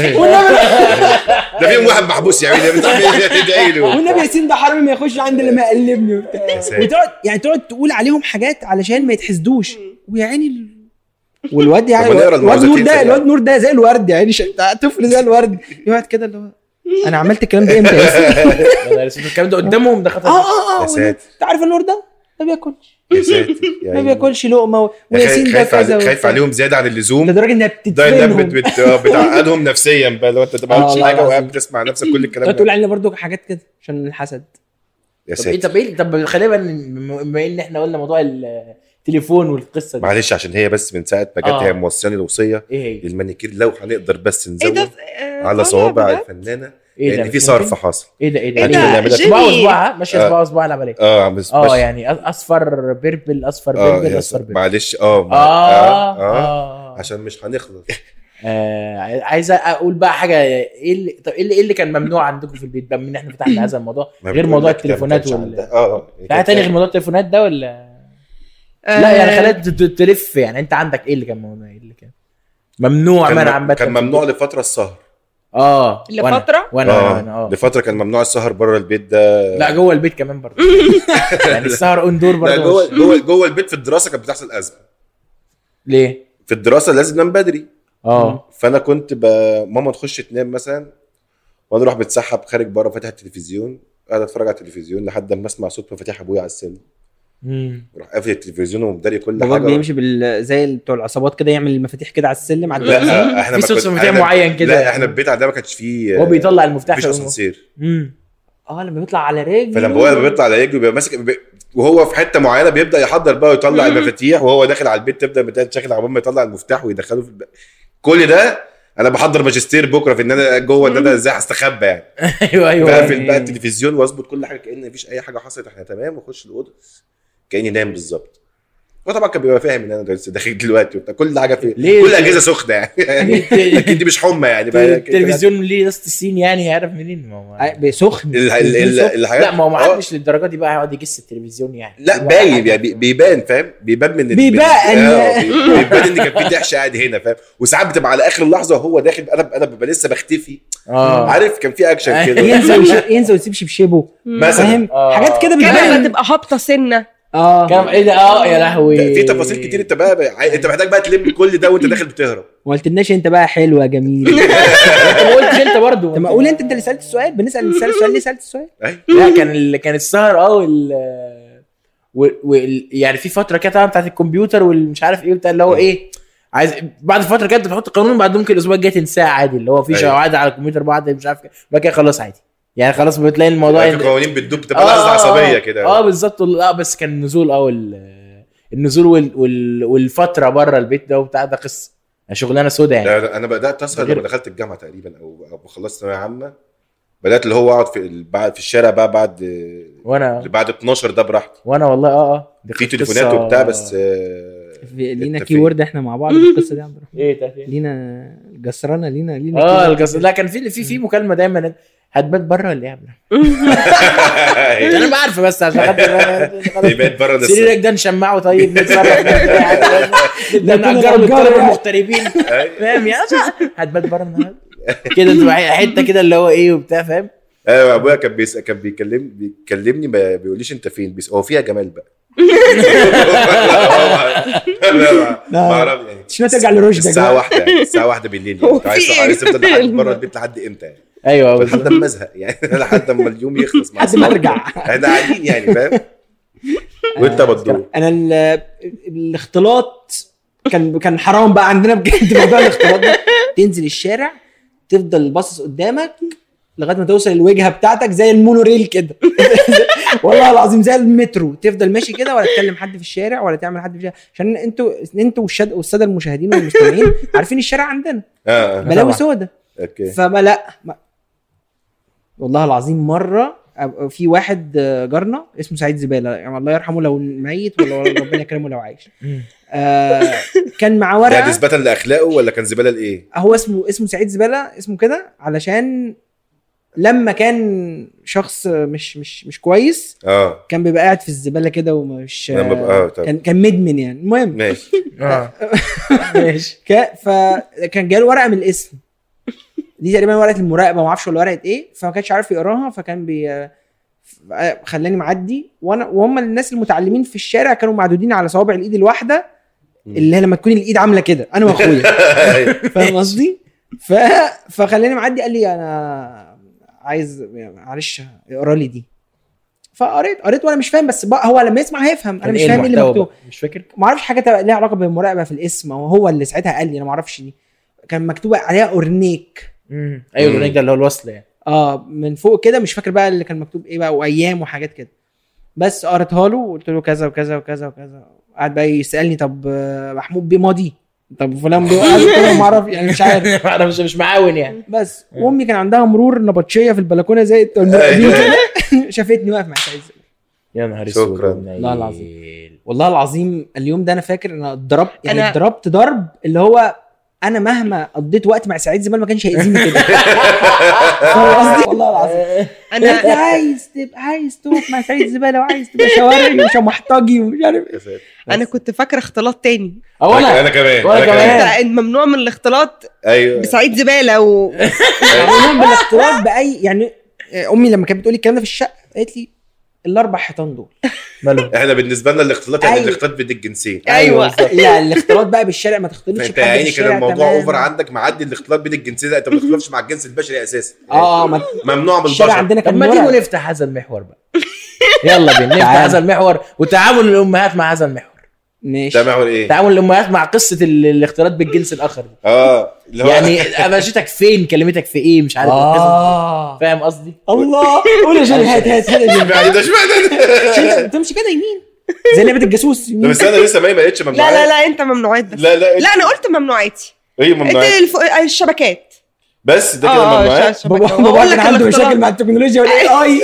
ده فيهم واحد محبوس يا عيني بتدعي له والنبي ياسين ده حرامي ما يخش عند اللي ما قلبني وبتاع وتقعد تقول عليهم حاجات علشان ما يتحسدوش ويا عيني والواد يعني الواد نور ده زي الورد يعني طفل زي الورد يقعد كده اللي هو انا عملت الكلام ده امتى يا ياسين الكلام ده قدامهم ده خطر. انت عارف النور ده ما بياكلش ما بياكلش لقمه وياسين ده كذا خايف عليهم زياده عن اللزوم لدرجه انها بتعقدهم نفسيا بقى لو انت ما عملتش حاجه وقاعد بتسمع نفسك كل الكلام ده تقول علينا برضو حاجات كده عشان الحسد. طب خلينا بما ان احنا قلنا موضوع التليفون والقصه دي معلش عشان هي بس من ساعه ما جت هي موصلاني الوصيه للمانيكير لو هنقدر بس نزود على صوابع الفنانه لان في صرف حاصل. ايه ده صباعها ماشي صباعها العمليه يعني اصفر بربل اصفر بربل معلش عشان مش هنخلص. عايز اقول بقى حاجه ايه اللي كان ممنوع عندكم في البيت بقى من احنا فتحنا هذا الموضوع غير موضوع التليفونات لا تاني غير موضوع التليفونات ده ولا لا يعني خلينا تلف يعني انت عندك ايه اللي كان ممنوع ايه اللي كان ممنوع منعا كان ممنوع لفتره السهر لفتره وانا لفتره كان ممنوع السهر بره البيت ده. لا جوه البيت كمان برضه يعني السهر اندور برضه جوه البيت في الدراسه كانت بتحصل ازمه. ليه في الدراسه لازم ننام بدري فانا كنت ماما تخش تنام مثلا وانا اروح بتسحب خارج بره فاتح التلفزيون قاعد اتفرج على التلفزيون لحد ما اسمع صوت مفاتيح ابويا على السلم وراح قافل التلفزيون ومداري كل حاجه. بيمشي زي بتوع العصابات كده يعمل المفاتيح كده على السلم على لا احنا في صوت مفاتيح معين كده. لا احنا البيت عندنا ما كانش فيه هو بيطلع المفتاح مفيش اسانسير لما بيطلع على رجله فلما هو بيطلع على رجله بيبقى ماسك وهو في حته معينه بيبدا يحضر بقى ويطلع المفاتيح وهو داخل على البيت تبدا تشغل عقبال ما يطلع المفتاح ويدخله في كل ده. انا بحضر ماجستير بكره في ان انا جوه ان انا ازاي هستخبى يعني. ايوه بقفل بقى التلفزيون واظبط كل حاجه كأن مفيش اي حاجه حصلت احنا تمام واخش الاوضه كاني نام بالظبط. وطبعا كان بيبقى فاهم ان انا داخل دلوقتي كل حاجه في كل اجهزه سخنه يعني اكيد دي مش حمى يعني بقى التلفزيون ليه قصه السين يعني هيعرف منين ما هو سخن لا ما هو ما حدش للدرجه دي بقى هيقعد يجس التلفزيون يعني لا باين يعني بيبان فاهم بيبان من بيبان ان كان في دهشه قاعد هنا فاهم وساعات بتبقى على اخر اللحظه وهو داخل انا ببقى لسه بختفي عارف كان في اكشن كده ينزل ويسيب شبشبه فاهم حاجات كده بتبان تبقى هابطه سنه كام ايه ده يا لهوي في تفاصيل كتير انت بقى انت محتاج بقى تلم كل ده وانت داخل بتهرب. ما قلتلناش انت بقى حلو يا جميل ما قلتش انت برضو طب ما قول انت اللي سالت السؤال بنسال السؤال اللي سالت السؤال لا كان السهر يعني في فتره كده بتاعت الكمبيوتر والمش عارف ايه بتاع اللي هو ايه عايز بعد فتره كده بتحط قانون بعد ممكن الاسبوع الجاي تنساه عادي اللي هو في قواعد على الكمبيوتر بعد مش عارف بقى كده خلاص عادي يعني خلاص بتلاقي الموضوع القوانين بتدوب بتبقى لحظه عصبيه كده بالظبط. لا بس كان النزول النزول والفتره بره البيت ده وبتاع ده قصه شغلانه سودا يعني. انا بدات اسهر لما دخلت الجامعه تقريبا او خلصت ثانويه عامه بدات اللي هو اقعد في الشارع بقى بعد 12 ده براحتي وانا والله في تليفونات وبتاع بس لينا كيورد احنا مع بعض في القصه دي عبد الرحمن ايه لينا الجسرانه لينا لا كان في مكالمه دايما هتبات بره ولا ايه يا ابني؟ انا ما عارفه بس عشان خاطر يبات بره سريرك ده نشمعه طيب نتصرف ده نأجره للطلبه المغتربين فاهم يا هتبات بره النهارده كده تبقى حته كده اللي هو ايه وبتاع فاهم. ايوه ابويا كان بيكلمني ما بيقوليش انت فين هو فيها جمال بقى. ما اعرف يعني شنو ترجع لرشدك الساعه 1 بالليل عايز تفضل لحد بره البيت لحد امتى يعني؟ ايوه لحد ما ازهق يعني لحد ما اليوم يخلص لحد ما ارجع احنا قاعدين يعني فاهم. وانت بدو انا الاختلاط كان حرام بقى عندنا بجد موضوع الاختلاط ده. تنزل الشارع تفضل باصص قدامك لغايه ما توصل الوجهه بتاعتك زي المونوريل كده والله العظيم زي المترو تفضل ماشي كده ولا تكلم حد في الشارع ولا تعمل حد في الشارع عشان انتوا والساده المشاهدين والمستمعين عارفين الشارع عندنا بلاوي سودا. اوكي فما والله العظيم مره في واحد جارنا اسمه سعيد زباله يعني الله يرحمه لو ميت ولا ربنا يكرمه لو عايش. كان مع ورقه ده نسبه لاخلاقه ولا كان زباله لايه؟ هو اسمه سعيد زباله اسمه كده علشان لما كان شخص مش كويس كان بيبقى قاعد في الزباله كده ومش كان مدمن يعني. المهم ماشي ماشي فكان جاله ورقه من الاسم دي تقريبا ورقه المراقبه ما اعرفش ولا ورقه ايه فما كانش عارف يقراها فكان خلاني معدي وهم الناس المتعلمين في الشارع كانوا معدودين على صوابع الايد الواحده اللي هي لما تكون الايد عامله كده انا واخويا فاهم قصدي. فخلاني معدي قال لي انا عايز معلش اقرا لي دي. فقريت وانا مش فاهم بس هو لما يسمع هيفهم انا مش فاهم ايه اللي مكتوب مش فاكر ما اعرفش حاجه ليها علاقه بالمراقبه في الاسم هو اللي ساعتها قال لي انا ما اعرفش دي كان مكتوب عليها اورنيك. ايوه اورنيك ده اللي هو الوصل يعني من فوق كده مش فاكر بقى اللي كان مكتوب ايه بقى وايام وحاجات كده بس قريتها له وقلت له كذا وكذا وكذا وكذا. قعد بقى يسالني طب محمود بيه ماضي طب فلان بيه ما اعرف يعني مش عارف انا مش معاون يعني بس وامي كان عندها مرور نبطشيه في البلكونه زي المراقبين كده شافتني واقف مع سعيد يا نهار اسود. والله العظيم والله العظيم اليوم ده انا فاكر انا اتضربت ضرب اللي هو انا مهما قضيت وقت مع سعيد زمان ما كانش هيأذيني كده. والله العظيم انا عايز تقف مع سعيد زباله وعايز تبقى شوارعي وشمحطجي ومش عارف. انا كنت فاكره اختلاط تاني انا كمان ممنوع من الاختلاط. ايوه بسعيد زباله ممنوع من الاختلاط باي يعني. امي لما كانت بتقولي الكلام ده في الشقه قالت لي الاربع حيطان دول ماله احنا بالنسبه لنا الاختلاط يعني الاختلاط بين الجنسين. ايوه لا الاختلاط بقى بالشارع ما تختلطش بحد يعني كان الموضوع اوفر عندك معدي الاختلاط بين الجنسين انت ما بتختلطش مع الجنس البشري اساسا ممنوع بالبشر. الشارع عندنا كان ما تيجي نفتح هذا المحور بقى يلا بينا نفتح هذا المحور وتعامل الامهات مع هذا المحور. ماشي ده محور ايه؟ تعامل الامهات مع قصه الاختلاط بالجنس الاخر يعني اماجتك فين كلمتك في ايه مش عارف فاهم قصدي. الله قول يا جماعه هات يعني ده اشمعنى تمشي كده يمين زي لعبه الجاسوس يمين. بس انا لسه ما لقيتش ممنوعات. لا انت ممنوعات بس. لا انا قلت ممنوعاتي. ايه ممنوعات؟ الشبكات بس ده كده ممنوعات. بابا كان عنده مشاكل مع التكنولوجيا والاي اي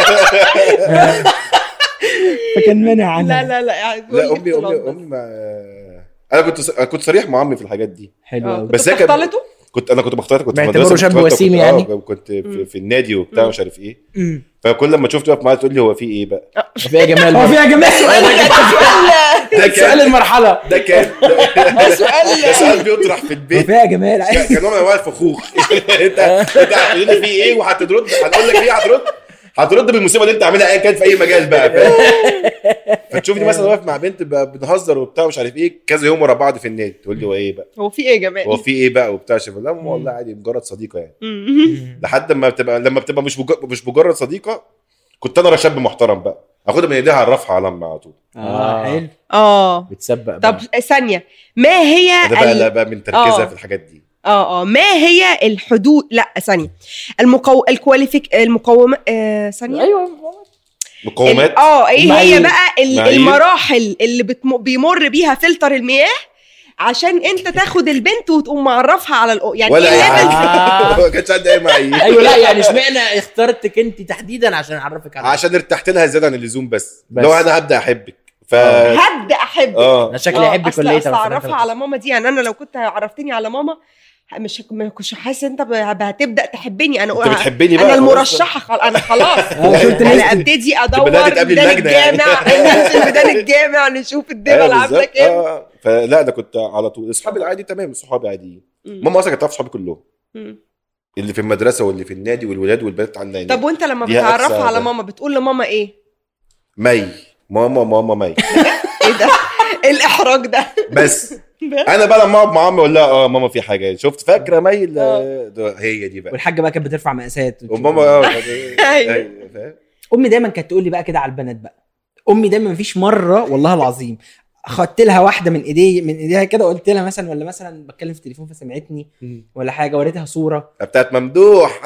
فكان منع عنها. لا امي انا كنت صريح مع امي في الحاجات دي. حلو بس هي كنت بختلط كنت في مدرسه شاب وسيم يعني كنت في النادي وبتاع مش عارف ايه. فكل لما تشوفت واقف معايا تقول لي هو في ايه بقى في يا جمال هو في يا جمال ده سؤال المرحله ده كان سؤال بيطرح في البيت في يا جمال كان نوع من انواع الفخوخ انت هتقول لي في ايه وهترد هنقول لك ايه هترد بالمصيبه اللي انت عاملها ايا كان في اي مجال بقى فاهم. فتشوفني مثلا واقف مع بنت بنهزر وبتاع مش عارف ايه كذا يوم ورا بعض في النادي تقول لي هو ايه بقى هو في ايه يا جماعه هو في ايه بقى وبتاع شوف لا والله عادي مجرد صديقه يعني لحد ما بتبقى مش مجرد صديقه كنت انا شاب محترم بقى اخدها من ايديها اعرفها على ما على طول. حلو بتسبق طب ثانيه ما هي ده بقى من تركيزها في الحاجات دي. ما هي الحدود لا ثانيه المقومات ثانيه ايوه مقومات ايه هي بقى المراحل اللي بيمر بيها فلتر المياه عشان انت تاخد البنت وتقوم معرفها على يعني ولا ما كانش عندي اي معايير. ايوه لا يعني اشمعنى اخترتك انت تحديدا عشان اعرفك على عشان ارتحت لها زياده عن اللزوم بس لو انا هبدا احبك هبدا احب انا شكلي احب أصل كليتها اعرفها على ماما دي. يعني انا لو كنت عرفتني على ماما ما كنتش حاسس انت هتبدا تحبني. انا انت بتحبني بقى، انا المرشحه انا خلاص انا ابتدي ادور بدأت قبل ميدان اللجنة يعني. الجامع ننزل ميدان الجامع نشوف الدول عامله كام. فلا انا كنت على طول اصحابي العادي تمام، صحابي عاديين. ماما اصلا كانت تعرف صحابي كلهم اللي في المدرسه واللي في النادي والولاد والبنات عندنا. طب وانت لما بتعرفها على ماما بتقول لماما ايه؟ مي ماما مي. ايه ده الاحراج ده؟ بس انا بقى لما اقعد مع امي اقول لها ماما في حاجه شفت فاكره مي هي دي بقى. والحاجه بقى كانت بترفع مقاسات وماما ايوه. امي دايما كانت تقول لي بقى كده على البنات بقى. امي دايما مفيش مره والله العظيم خدت لها واحده من ايديها كده وقلت لها مثلا، ولا مثلا بتكلم في التليفون فسمعتني ولا حاجه، وريتها صوره بتاعت ممدوح.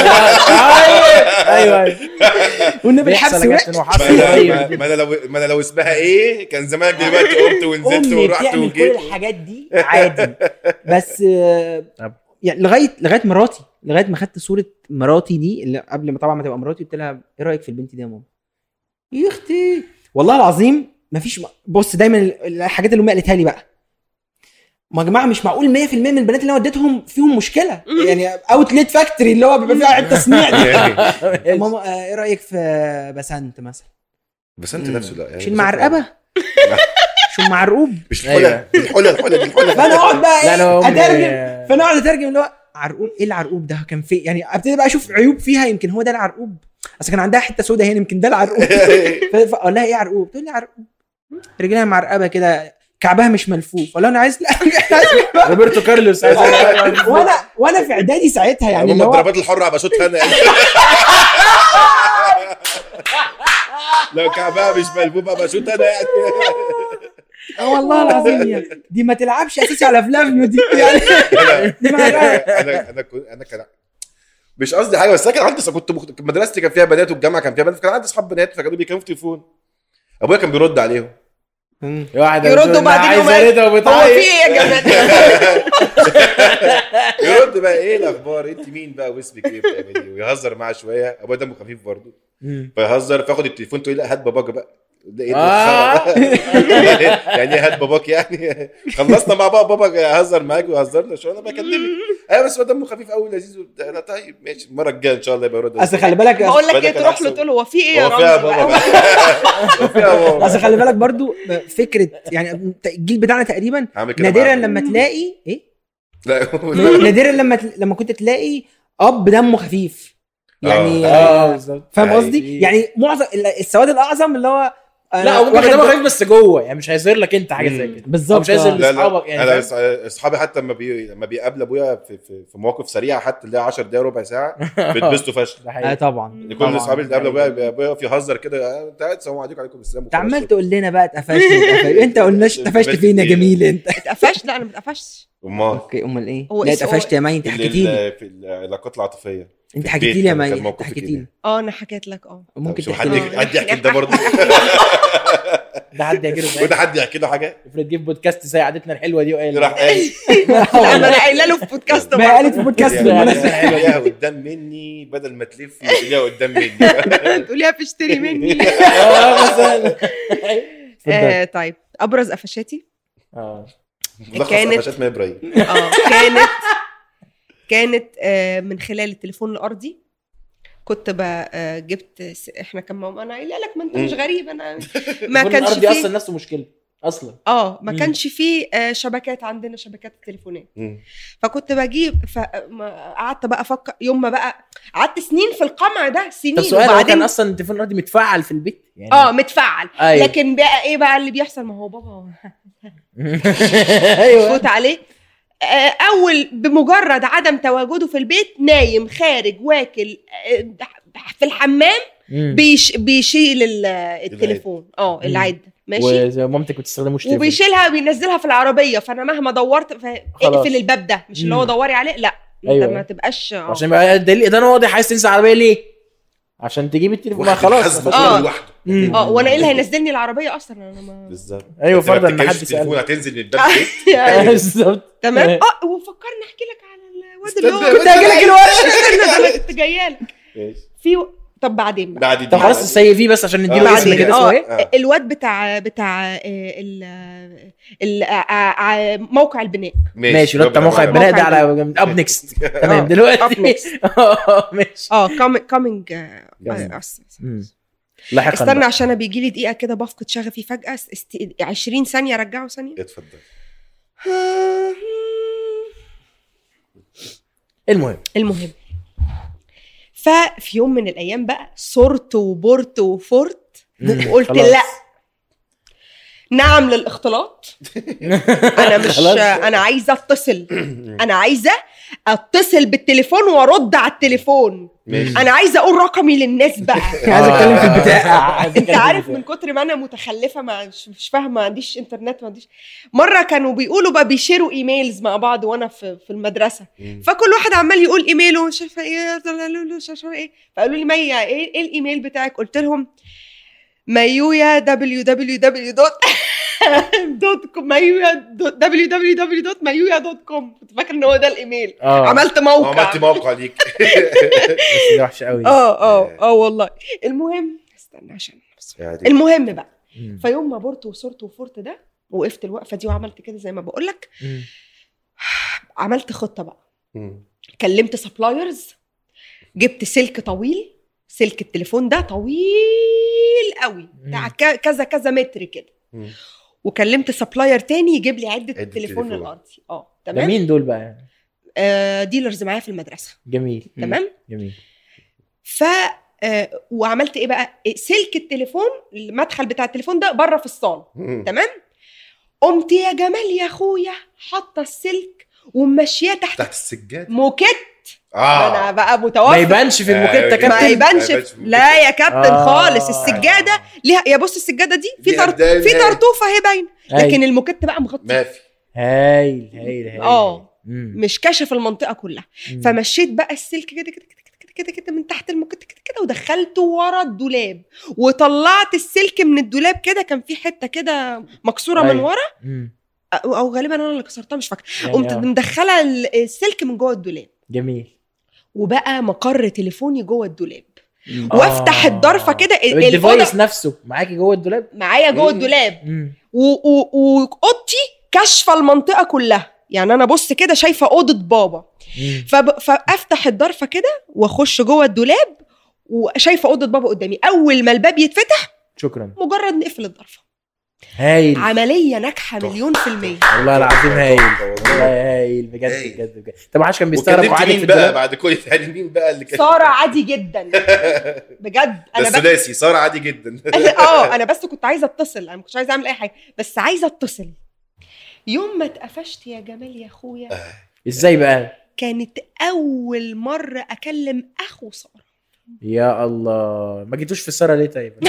ايوه والنبي الحبس ما انا لو اسمها ايه كان زمانك دلوقتي قمت ونزلت ورحت وجيت. كل الحاجات دي عادي. بس يعني لغايه مراتي، لغايه ما خدت صوره مراتي دي اللي قبل ما طبعا ما تبقى مراتي، قلت لها ايه رايك في البنت دي يا ماما؟ يا اختي والله العظيم مفيش. بص دايما الحاجات اللي امي قالتها لي بقى، ما يا جماعه مش معقول 100% من البنات اللي انا وديتهم فيهم مشكله، يعني اوتليت فاكتوري اللي هو بيبقى فيها عيب تصنيع دي. ماما ايه رايك في بسنت مثلا؟ بسنت نفسه لا يعني مش المعرقبه شو معرقوب مش الحله دي فانا اقعد بقى اترجم، فانا اقعد اترجم اللي هو عرقوب. ايه العرقوب ده كان في؟ يعني ابتدي بقى اشوف عيوب فيها، يمكن هو ده العرقوب. اصل كان عندها حته سوداء هنا، يمكن ده العرقوب. فاقول لها ايه عرقوب؟ تقول لي عرقوب رجلها معرقبه كده، كعبها مش ملفوف. ولا انا عايز روبرتو كارلوس عايز وانا في اعدادي ساعتها يعني اللي هو الضربات الحره هبقى شوتها انا. لو كعبها مش ملفوف هبقى شوتها انا يعني. والله العظيم يعني دي ما تلعبش اساسي على فلافيو دي يعني. انا كان مش قصدي حاجه، بس انا كان عندي كنت مدرستي كان فيها بنات والجامعه كان فيها بنات، فكان عندي اصحاب بنات فكانوا بيكلموا في تليفون ابويا كان بيرد عليهم. يردوا بعدين هو في ايه يا جماعه؟ يرد بقى ايه الاخبار، انت مين بقى واسمك ايه بتعملي، ويهزر معاه شويه. ابويا دمه خفيف برضه فيهزر، فاخد التليفون تقول لا هات باباك بقى. يعني هات باباك يعني خلصنا مع بابا يهزر معاك ويهزرنا شويه انا بكلمك. ايوه بس هو دمه خفيف قوي لذيذ وبتاع. طيب ماشي المره الجايه ان شاء الله يبقى يرد. اصل خلي بالك بقول لك ايه، تروح له تقول له هو في ايه يا رامي؟ اصل خلي بالك برضو فكره يعني الجيل بتاعنا تقريبا نادرا لما تلاقي ايه، نادرا لما كنت تلاقي اب دمه خفيف يعني. فاهم قصدي؟ يعني معظم السواد الاعظم اللي هو لا هو ممكن دمه خفيف بس جوه، يعني مش هيظهر لك انت حاجه زي كده بالظبط. مش هيظهر لاصحابك يعني. انا اصحابي حتى لما بيقابل ابويا في مواقف سريعه حتى اللي 10 دقايق ربع ساعه بيتبسطوا فشخ. طبعا كل اصحابي اللي قابل ابويا يهزر كده، انت قاعد السلام عليكم السلام. انت عمال تقول لنا بقى اتقفشت انت قلناش اتقفشت فين يا جميل؟ انت اتقفشت؟ لا انا ما اتقفشتش. اوكي امال ايه؟ لا اتقفشت يا مي، انت حكيتي لي في العلاقات العاطفيه. انت حكيتي لي يا مي، حكيتي لي. انا حكيت لك. ممكن حد يحكي ده برضه. ده حد يحكي له وده حد يحكي له حاجه. افرض تجيب بودكاست زي عادتنا الحلوه دي وقال راح قال لا انا قايله له في بودكاست، ما قالت في بودكاست يا قدام مني بدل ما تلف تقوليها قدام مني تقوليها بتشتري مني. طيب ابرز قفشاتي كانت ابراهيم كانت من خلال التليفون الارضي. كنت بقى جبت احنا كان ماما انا قايله لك ما انت مش غريب، انا ما كانش فيه اصلا نفسه مشكله اصلا ما كانش فيه شبكات عندنا، شبكات التليفونات. فكنت بجيب قعدت بقى افكر يوم ما بقى قعدت سنين في القمع ده سنين. وبعدين كان اصلا التليفون الارضي متفعل في البيت يعني متفعل. أيوة. لكن بقى ايه بقى اللي بيحصل؟ ما هو بابا ايوه فوت عليه اول بمجرد عدم تواجده في البيت، نايم خارج واكل في الحمام بيشيل التليفون العده ماشي، ومامتك بتستخدموش تليفون وبيشيلها بينزلها في العربيه. فانا مهما دورت اقفل الباب ده، مش اللي هو دوري عليه لا. أيوة. انت ما تبقاش عشان بقى الدليل ده انا واضح عايز تنسى العربيه ليه عشان تجيب التليفون. ما خلاص وانا ايه اللي هينزلني العربيه اصلا؟ انا ما بالظبط. ايوه فرضا ان حد التليفون هتنزل من الباب بالظبط تمام. وفكرني احكي لك على الواد اللي هو كنت هاجي لك الورشه انا كنت جايه لك طب بعدين بقى. بعد طب خلاص سيفيه بس عشان نديله اسم بعدين كده اسمه ايه؟ الواد بتاع موقع البناء. ماشي رد موقع البناء ده على اب نيكست. تمام دلوقتي ماشي كامينج لاحقا. استنى عشان انا بيجي لي دقيقه كده بفقد شغفي فجاه. 20 ثانيه رجعوا ثانيه. اتفضل. المهم ففي يوم من الايام بقى صرت وبرت وفرت وقلت لا نعم للاختلاط. انا مش انا عايزه اتصل. انا عايزه اتصل بالتليفون وارد على التليفون. انا عايزه اقول رقمي للناس بقى. عايزه اتكلم في البتاع. انت عارف من كتر ما انا متخلفه مش فاهمه ما عنديش انترنت ما عنديش. مره كانوا بيقولوا بقى بيشيروا ايميلز مع بعض وانا في المدرسه. فكل واحد عمال يقول ايميله مش عارفه ايه فقالوا لي ميا ايه الايميل بتاعك؟ قلت لهم ميويا www.mayuya.com. كنت فاكر ان هو ده الايميل. عملت موقع ليك. بس ده وحش قوي. والله. المهم استنى عشان المهم بقى فيوم ما برت وصرت وفرت ده وقفت الوقفه دي وعملت كده زي ما بقول لك. عملت خطه بقى. كلمت سبلايرز. جبت سلك طويل. سلك التليفون ده طويل قوي بتاع كذا متر كده. وكلمت سبلاير تاني يجيب لي عدة التليفون الارضي. تمام. مين دول بقى؟ ديلرز معايا في المدرسة. جميل. تمام. وعملت ايه بقى؟ سلك التليفون المدخل بتاع التليفون ده بره في الصالة. تمام. قمت يا جمال يا اخويا حاطه السلك وماشيه تحت السجاده موكيت. انا بقى متوفر. ما يبانش في الموكيت كابتن. ما يبانش لا يا كابتن خالص. السجاده ليها يا بص السجاده دي في طرطوفه هي باين. لكن الموكيت بقى مغطي. ما في. هايل مش كشف المنطقه كلها. فمشيت بقى السلك كده من تحت الموكيت كده ودخلته ورا الدولاب وطلعت السلك من الدولاب كده. كان في حته كده مكسوره من ورا او غالبا انا اللي كسرتها مش فاكره. قمت مدخله السلك من جوه الدولاب. جميل. وبقى مقر تليفوني جوه الدولاب. وافتح الضرفه كده. الديفايس نفسه معاكي جوه الدولاب؟ معايا جوه الدولاب. واوضتي كشفه المنطقه كلها. يعني انا بص كده شايفه اوضه بابا. فافتح الضرفه كده واخش جوه الدولاب وشايفه اوضه بابا قدامي. اول ما الباب يتفتح شكرا مجرد نقفل الضرفه. هايل. عمليه ناجحه 100%. والله العظيم هايل. والله هايل بجد. طب عاش كان بيستغرب عادي بقى بعد كل ثاني. مين بقى اللي كان ساره عادي جدا بجد. انا الثلاثي ساره عادي جدا. انا بس كنت عايزه اتصل. انا ما كنتش عايزه اعمل اي حاجه بس عايزه اتصل. يوم ما اتقفشت يا جمال يا اخويا. ازاي بقى؟ كانت اول مره اكلم اخو ساره. يا الله ما جيتوش في ساره ليه طيب؟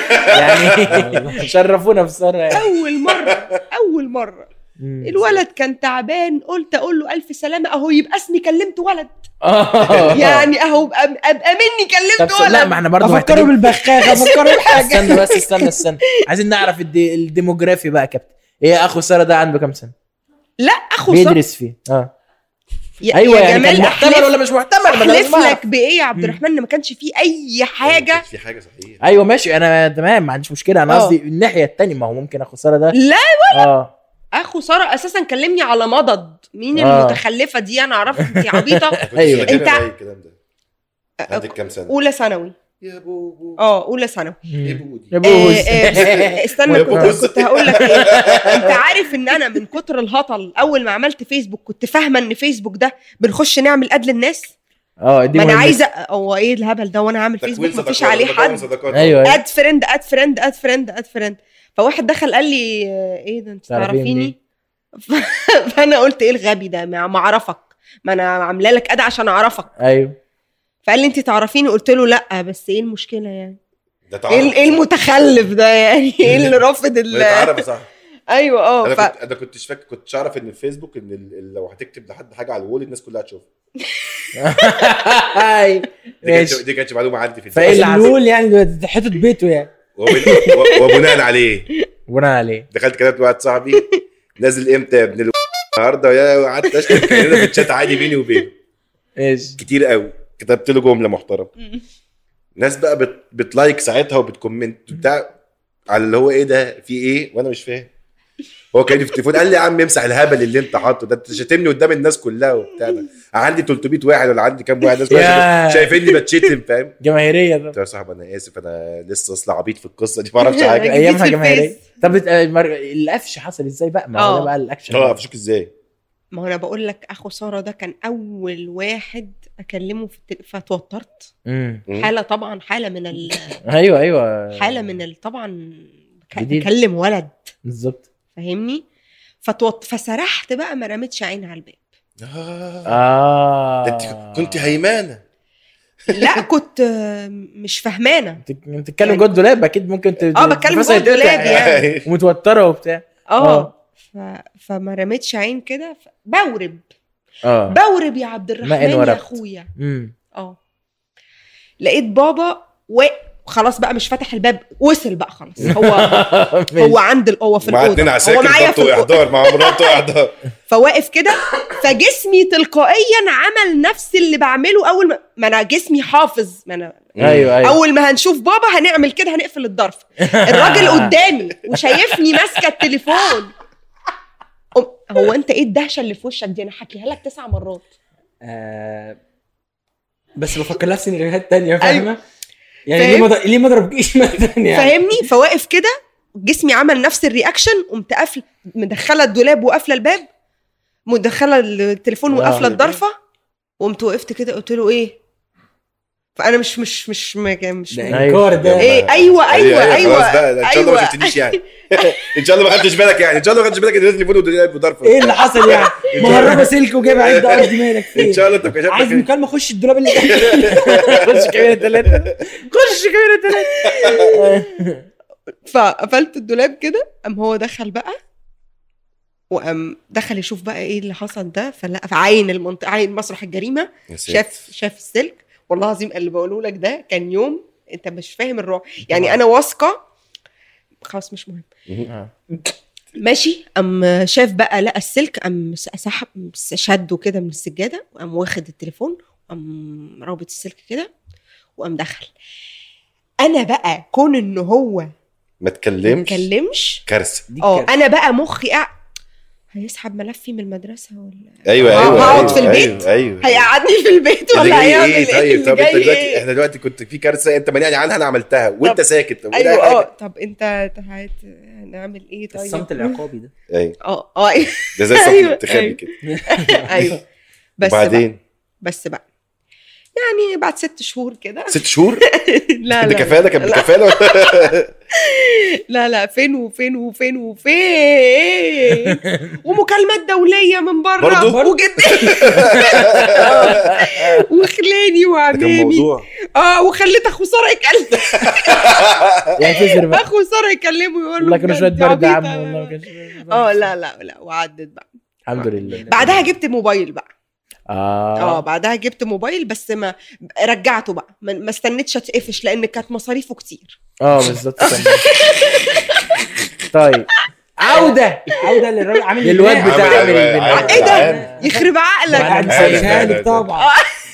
يعني شرفونا في ساره يعني. اول مره الولد كان تعبان. قلت اقول له الف سلامه اهو يبقى اسمي كلمت ولد. يعني اهو ابقى مني كلمت ولد. لا ما احنا برضه افكروا بالبخاخ افكروا بحاجه. استنى عايزين نعرف الديموغرافي بقى يا كابتن. ايه اخو ساره ده عنده كام سنه؟ لا اخو ساره بيدرس فيه. ايوه يعني كان محتمل ولا مش محتمل؟ احلف لك بايه يا عبد الرحمن ما كانش فيه اي حاجه. في حاجه صحيح. ايوه ماشي انا تمام ما عنديش مشكله. انا قصدي الناحيه الثانيه. ما هو ممكن اخو ساره ده لا ولا اخو ساره اساسا كلمني على مضض. مين المتخلفه دي؟ انا اعرف انت عبيطه. ايوه انت الكلام ده عندك كام سنه؟ اولى ثانوي يا بوبو. اولى ثانوي يا بودي. استنى كنت هقول لك ايه. انت عارف ان انا من كتر الهطل اول ما عملت فيسبوك كنت فاهمه ان فيسبوك ده بنخش نعمل اد للناس. ما انا عايزه هو ايه الهبل ده وانا عامل فيسبوك مفيش عليه حد. ايوه اد فريند. فواحد دخل قال لي ايه ده انت تعرفيني؟ فانا قلت ايه الغبي ده ما اعرفك. ما انا عامله لك اد عشان اعرفك. ايوه. فقال لي انت تعرفيني؟ قلت له لا بس ايه المشكله يعني؟ ايه المتخلف ده يعني؟ ايه اللي رافض تعرف صح. ايوه انا كنتش فاكر كنتش عارف ان الفيسبوك ان لو هتكتب لحد حاجه على الوول الناس كلها تشوفها. دي كانت معلومه عندي في الوول يعني ده حته بيته يعني. وبناء عليه دخلت كلمت واحد صاحبي نازل امتى يا ابن النهارده يا قعدت اشتم كده في الشات عادي بيني وبينه. ايش كتير قوي. كتبت له جمله محترمه ناس بقى بتلايك ساعتها وبتكومنت بتاع على اللي هو ايه ده في ايه وانا مش فاهم. هو كان في التليفون قال لي يا عم امسح الهبل اللي انت حاطه ده، انت شاتمني قدام الناس كلها وبتاع ده. عندي 300 واحد ولا عندي كام واحد ناس شايفيني بتشتم فاهم جماهيريه ده. قلت له يا صاحبي انا اسف انا لسه اصلا عبيط في القصه دي ما اعرفش حاجه. ايامها جماهيريه. طب القفش حصل ازاي بقى؟ ما هو ده بقى الاكشن. قفشوك ازاي؟ ما هو انا بقول لك اخو ساره ده كان اول واحد اكلمه فتوترت. حاله طبعا حاله من ايوه حاله من طبعا بكلم ولد بالظبط فاهمني. فسرحت بقى ما رميتش عين على الباب. انت كنت هيمانه. لا كنت مش فهمانه. انت بتتكلم جوه الدولاب اكيد ممكن بتكلم جوه الدولاب يعني ومتوتره وبتاع. فما رميتش عين كده بورب يا عبد الرحمن يا اخويا. لقيت بابا خلاص بقى مش فاتح الباب، وصل بقى خلاص هو عند القوه في الاوضه، هو معايا في احضار مع مراته احضار فواقف كده. فجسمي تلقائيا عمل نفس اللي بعمله اول ما انا جسمي حافظ ما انا أيوة. اول ما هنشوف بابا هنعمل كده، هنقفل الظرف. الراجل قدامي وشايفني ماسكه التليفون. هو انت ايه الدهشه اللي في وشك دي؟ انا حكيها لك 9 مرات. بس بفكر لها في سيناريوهات تانية فاهمه. يعني ليه ما ضربكيش مثلا يعني فاهمني. فواقف كده جسمي عمل نفس الرياكشن، قمت قافله مدخله الدولاب وقافله الباب، مدخله التليفون وقافله الضرفه، وقمت وقفت كده قلت له ايه. فانا مش انكار ده ايه ايوه خلاص بقى ان شاء الله ما شفتنيش يعني. ان شاء الله ما خدتش بالك يعني، ان شاء الله ما خدتش بالك ان التليفون والدولاب وضرفه. ايه اللي حصل يعني؟ مهربه سلك وجايبه عيد قصدي مالك فين؟ ان شاء الله انت كشفت عايز مكالمه خش الدولاب اللي خش كاميرا 3 خش كاميرا 3. فقفلت الدولاب كده. هو دخل بقى دخل يشوف بقى ايه اللي حصل ده. فلقى في عين عين مسرح الجريمه، شاف السلك. والله العظيم اللي بقوله لك ده كان يوم انت مش فاهم الروح يعني. انا واثقه خلاص مش مهم ماشي. شاف بقى لقى السلك، سحب شده كده من السجاده، وقام واخد التليفون، رابط السلك كده، وقام دخل. انا بقى كون انه هو ما تكلمش كارثه. انا بقى مخي هيسحب ملفي من المدرسه ولا ايوه هقعد في البيت. أيوة. هيقعدني في البيت ولا هيعمل ايه؟ طب انت دلوقتي احنا دلوقتي كنت في كارثه انت مانعني عنها، انا عملتها وانت ساكت. طب ايوه طب انت هنعمل ايه؟ طيب الصمت العقابي ده. ايوه ده زي الصمت الانتخابي كده. ايوه بس بعدين بس بقى يعني بعد 6 شهور كده. 6 شهور؟ لا ده كفاله كان بكفاله. لا فين ومكالمات دوليه من بره وجدي وخلاني وعمامي وخليت اخو ساره يكلم اخو ساره يكلمه يقول له لكن شويه برد يا عم والله ما كانش. لا وعدت بقى الحمد لله. بعدها جبت موبايل بقى. بعدها جبت موبايل بس ما رجعته بقى، ما استنيتش اتقفش لان كانت مصاريفه كتير. بالظبط. طيب عودة للراجل عامل الواد بتاع عامل البناء. ايه ده يخرب عقلك طبعا.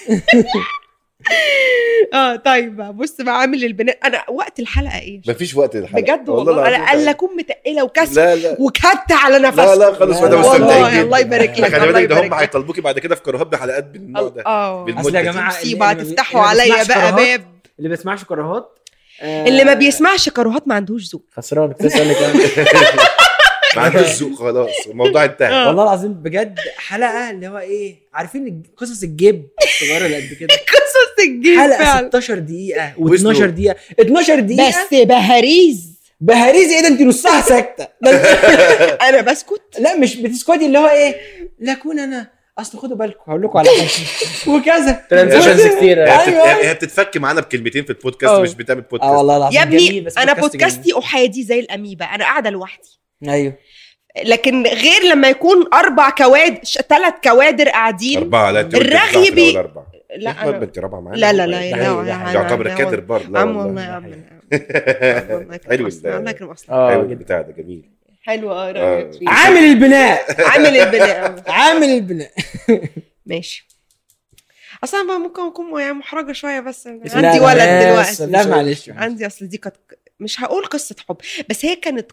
طيب بص بقى عامل البناء. انا وقت الحلقه ايه؟ مفيش وقت الحلقه بجد والله. انا قال لكم متقله وكسر لا. وكدت على نفسي. لا خالص انا مستمتع جدا. الله يبارك لك. خلي بالك ده هم هيطلبوكي بعد كده في كرهات بحلقات بالنوع ده. اصل يا جماعه مصيبه تفتحوا عليا بقى باب. اللي بيسمعش كرهات اللي ما بيسمعش كرهات ما عندوش ذوق. خسران بتسال لك ما عندوش ذوق خلاص الموضوع انتهى. والله العظيم بجد حلقه اللي هو ايه عارفين قصص الجيب الصغيره اللي قد كده. قصص الجيب حلقه 16 دقيقه و12 دقيقه 12 دقيقه بس بهاريز ايه ده؟ انت نصها ساكته. انا بسكت. لا مش بتسكتي اللي هو ايه لاكون انا اصل خدوا بالكم هقول لكم على حاجه وكذا ترانزيشنز كتير. هي بتتفك معانا بكلمتين في البودكاست مش بتعمل بودكاست. والله العظيم يا ابني انا بودكاستي احادي زي الاميبا، انا قاعده لوحدي. ايوه لكن غير لما يكون 4 كوادر 3 كوادر قاعدين 4 لا الرغي بي 4 لا انا بنت رابعه معانا. لا يعتبر كادر برضه. لا والله يا عم حلو الله يكرم اصلا. حلو البتاع ده جميل حلو. عامل البناء عامل البناء عامل البناء. ماشي. اصلا ممكن اكون يعني محرجه شويه، بس لا، عندي ولد دلوقتي. لا معلش عندي اصل دي كانت مش هقول قصه حب، بس هي كانت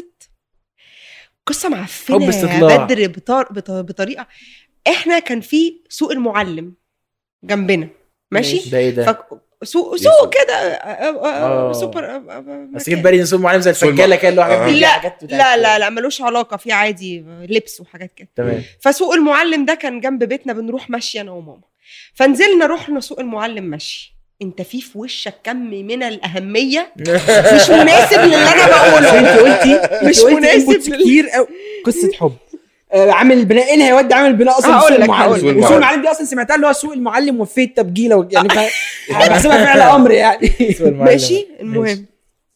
قصه معفنه حب استطلاع. بدر بطريقه. احنا كان في سوق المعلم جنبنا ماشي، ده ايه ده؟ سوق كده سوبر بس جيب بالي نسوق معلم زي الفكاله كده اللي هو حاجات لا ملوش علاقه، في عادي لبس وحاجات كده. تمام. فسوق المعلم ده كان جنب بيتنا، بنروح مشي انا وماما. فنزلنا رحنا سوق المعلم مشي. انت في وشك كم من الاهميه مش مناسب للي انا بقوله. انت قلتي مش مناسب كتير قوي. قصه حب عامل البناء، ايه اللي هيودي عامل البناء اصلا؟ سوق المعلم. سوق المعلم دي اصلا سمعتها اللي هو سوق المعلم وفيه التبجيله يعني بحسبها فعل امر يعني. ماشي. المهم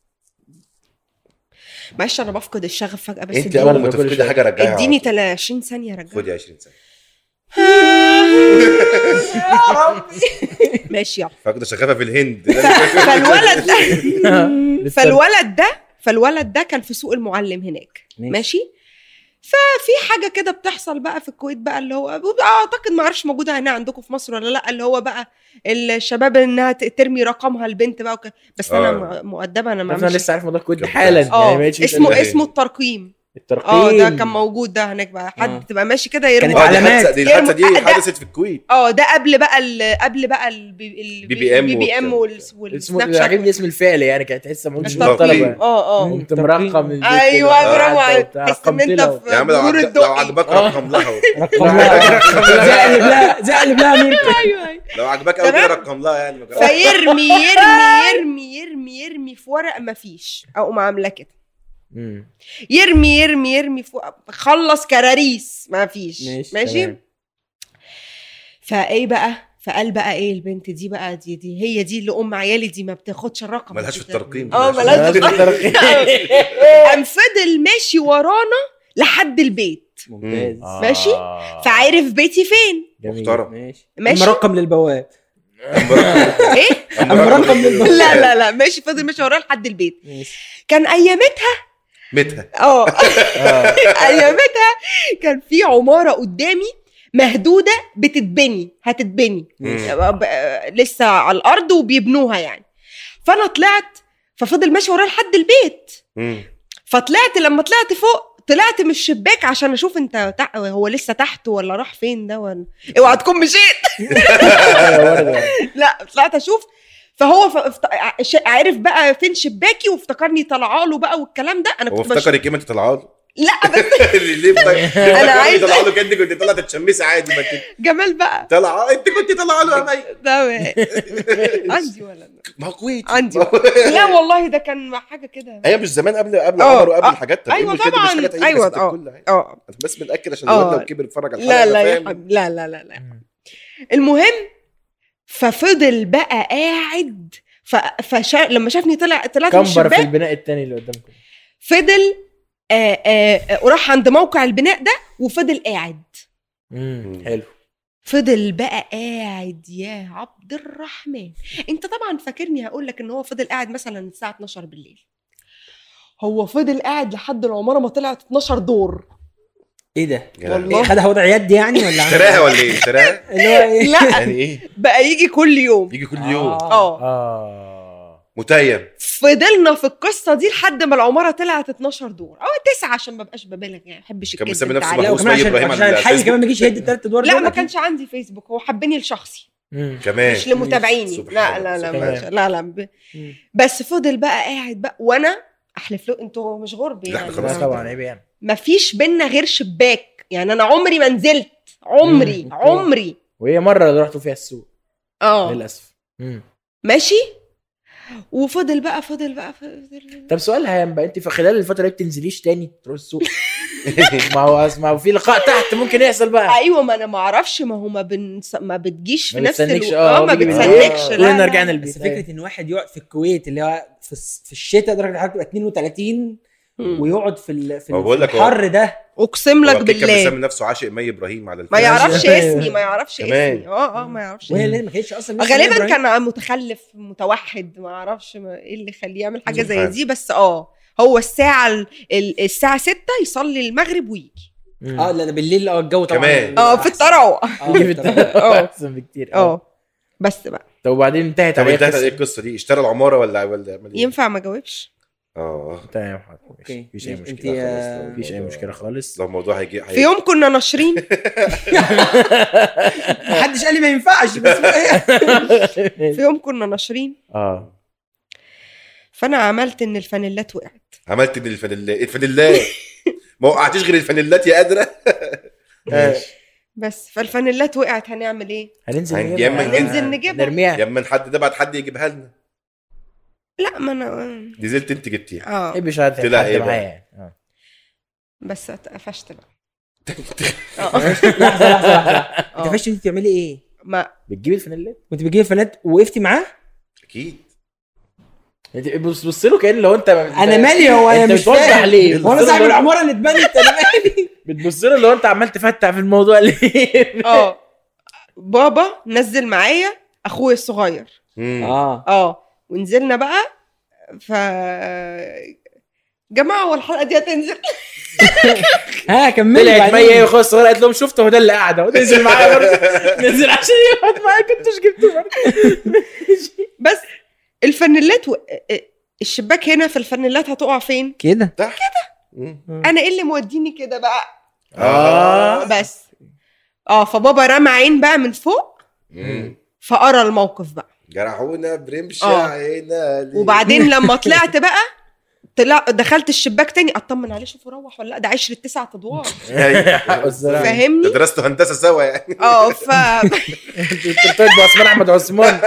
معلش انا بفقد الشغف فجاه، بس انت اول ما تفقدي حاجه رجعيها، اديني 20 ثانيه رجعها. خدي 20 ثانيه يا ربي. ماشي يلا. فاقده شغافه في الهند. فالولد ده كان في سوق المعلم هناك ماشي. ففي حاجه كده بتحصل بقى في الكويت بقى، اللي هو اعتقد ما اعرفش موجوده هنا عندكم في مصر ولا لا، اللي هو بقى الشباب انها ترمي رقمها البنت بقى بس انا مؤدبه، انا ما انا لسه عارف موضوع الكويت حالا يعني. اسمه الترقيم. ده كان موجود ده هناك بقى. حد تبقى ماشي كده يرمي علامات. الحادثه دي حدثت في الكويت. ده قبل بقى البي ام والسناب عجبني اسم الفعل يعني، كانت تحس مش طلبه. انت مرقم. ايوه برافو عليك. تحس ان انت في يا عم لو عجبك رقم لها. زقلب لها نور. ايوه لو عجبك قوي كده رقم لها يعني. فيرمي يرمي يرمي يرمي في ورق مفيش، اقوم عامله كده يرمي خلص كراريس ما فيش. ماشي. فايه بقى، فقال بقى ايه البنت دي بقى دي هي دي اللي ام عيالي دي ما بتاخدش الرقم، ملهاش في الترقيم. ملهاش في الترقيم. قام فضل ماشي ورانا لحد البيت. ممتاز. ماشي. فعارف بيتي فين. محترم. ماشي. مرقم للبواب. ايه مرقم للبواب. لا ماشي. فضل ماشي ورانا لحد البيت. كان ايامتها ايامتها كان في عماره قدامي مهدوده هتتبني لسه على الارض وبيبنوها يعني. فانا طلعت، ففضل ماشي ورايا لحد البيت. فطلعت، لما طلعت فوق طلعت من الشباك عشان اشوف انت هو لسه تحت ولا راح فين ده، ولا اوعى تكون مشيت. لا طلعت اشوف. فهو عارف بقى فين شباكي وافتكرني طالعه له بقى والكلام ده. انا كنت افتكرك ايه؟ ما انت طالعه له. لا بس ليه انا عايز طالعه له كده، كنت طالعه تتشمسي عادي. ما كده جمال بقى طالعه، انت كنت طالعه له يا مي. ده عندي ولا ما هو كويت عندي. لا والله ده كان حاجه كده. هي مش زمان قبل عمر وقبل الحاجات. ايوه طبعا. ايوه بس بنأكد عشان الواد لو كبر يتفرج على الحلقه. لا المهم ففضل بقى قاعد. لما شافني طلعت من الشباك في البناء التاني اللي قدامكم. فضل وراح عند موقع البناء ده وفضل قاعد. حلو. فضل بقى قاعد يا عبد الرحمن. انت طبعا فاكرني هقول لك ان هو فضل قاعد مثلا الساعه 12 بالليل. هو فضل قاعد لحد العماره ما طلعت 12 دور. ايه ده والله؟ خدها وضع يد يعني ولا اشتراها ولا ايه؟ اشتراها اللي هو ايه؟ لا يعني ايه بقى يجي كل يوم. متيم. فضلنا في القصه دي لحد ما العماره طلعت 12 دور او 9 عشان ما بقاش ببالغ يعني. ما بحبش الكلام. كان مسمي نفسه محمود ابراهيم عشان الحي كمان ما يجيش يهد الثلاث ادوار. لا ما كانش عندي فيسبوك، هو حبني الشخصي كمان مش لمتابعيني. لا بس فضل بقى قاعد بقى. وانا احلف له انتوا مش غرب يعني. خلاص طبعا عيب يعني. مفيش بينا غير شباك يعني. انا عمري ما نزلت عمري. وهي مره اللي رحتوا فيها السوق للاسف. ماشي. وفضل بقى طب سؤال هام بقى، انت في خلال الفتره دي بتنزليش تاني تروح السوق؟ ما هو في لقاء تحت ممكن يحصل بقى. ايوه ما انا ما اعرفش، ما هو ما بتجيش في نفس ما بتسلكش. لا رجعنا البيت. فكره ان واحد يقعد في الكويت اللي هو في الشتاء درجه الحراره تبقى 32 ويقعد في الحر ده. اقسم لك بالله كان بيسمي نفسه عاشق مي ابراهيم على ما يعرفش اسمي ما يعرفش وهي ما كانتش اصلا غالبا كان متخلف متوحد. ما اعرفش ايه اللي يخليه يعمل حاجه زي دي. بس هو الساعه 6 يصلي المغرب ويجي لا ده بالليل الجو طبعا كمان. في الطراوه احسن بكتير. بس بقى طب وبعدين انتهت طب على انتهت ايه القصه دي؟ اشترى العماره ولا عمل ايه؟ ينفع ما جاوبش؟ تمام. اوكي مفيش اي مشكله انت خالص. مفيش اي مشكله خالص. لو الموضوع هيجي في يوم كنا ناشرين محدش قال لي ما ينفعش بس في يوم كنا ناشرين فانا عملت ان الفانيلات وقعت. عملت ان الفانيلات ما وقعتيش غير الفانيلات يا قادره. بس فالفانيلات وقعت هنعمل ايه؟ هننزل نجيبها نرميها يا اما حد ده بعد حد يجيبها لنا. لا ما انا نزلت انت جبتيها ايه مش عارف طلع ايه معايا بس اتقفشت بقى. لحظه انت فاش انت بتعملي ايه؟ ما بتجيبي الفانيلات وانت بتجيبي الفانيلات وقفتي معاه؟ اكيد. انت بص له كأن لو انت انا مالي هو انا مش فاهم ليه وانا صاحب العماره اللي اتبنت انا مالي بتبص له لو انت عمال تفتح في الموضوع ليه بابا نزل معايا اخويا الصغير ونزلنا بقى جماعه هو الحلقه دي هتنزل كملي. طلعت ميه اخويا الصغير قالت لهم شفته هو ده اللي قاعده ونزل معايا برضه نزل عشان يقعد معايا كنتش جبته برضه. بس الفانيلات الشباك هنا في الفانيلات هتقع فين كده انا ايه اللي موديني كده بقى بس فبابا رمى عين بقى من فوق فقرا الموقف بقى جرحونا برمش عينا وبعدين لما طلعت بقى دخلت الشباك تاني اطمن عليه شوف روح ولا لا ده 9 ادوار فاهمني درستوا هندسه سوا يعني انت عثمان احمد عثمان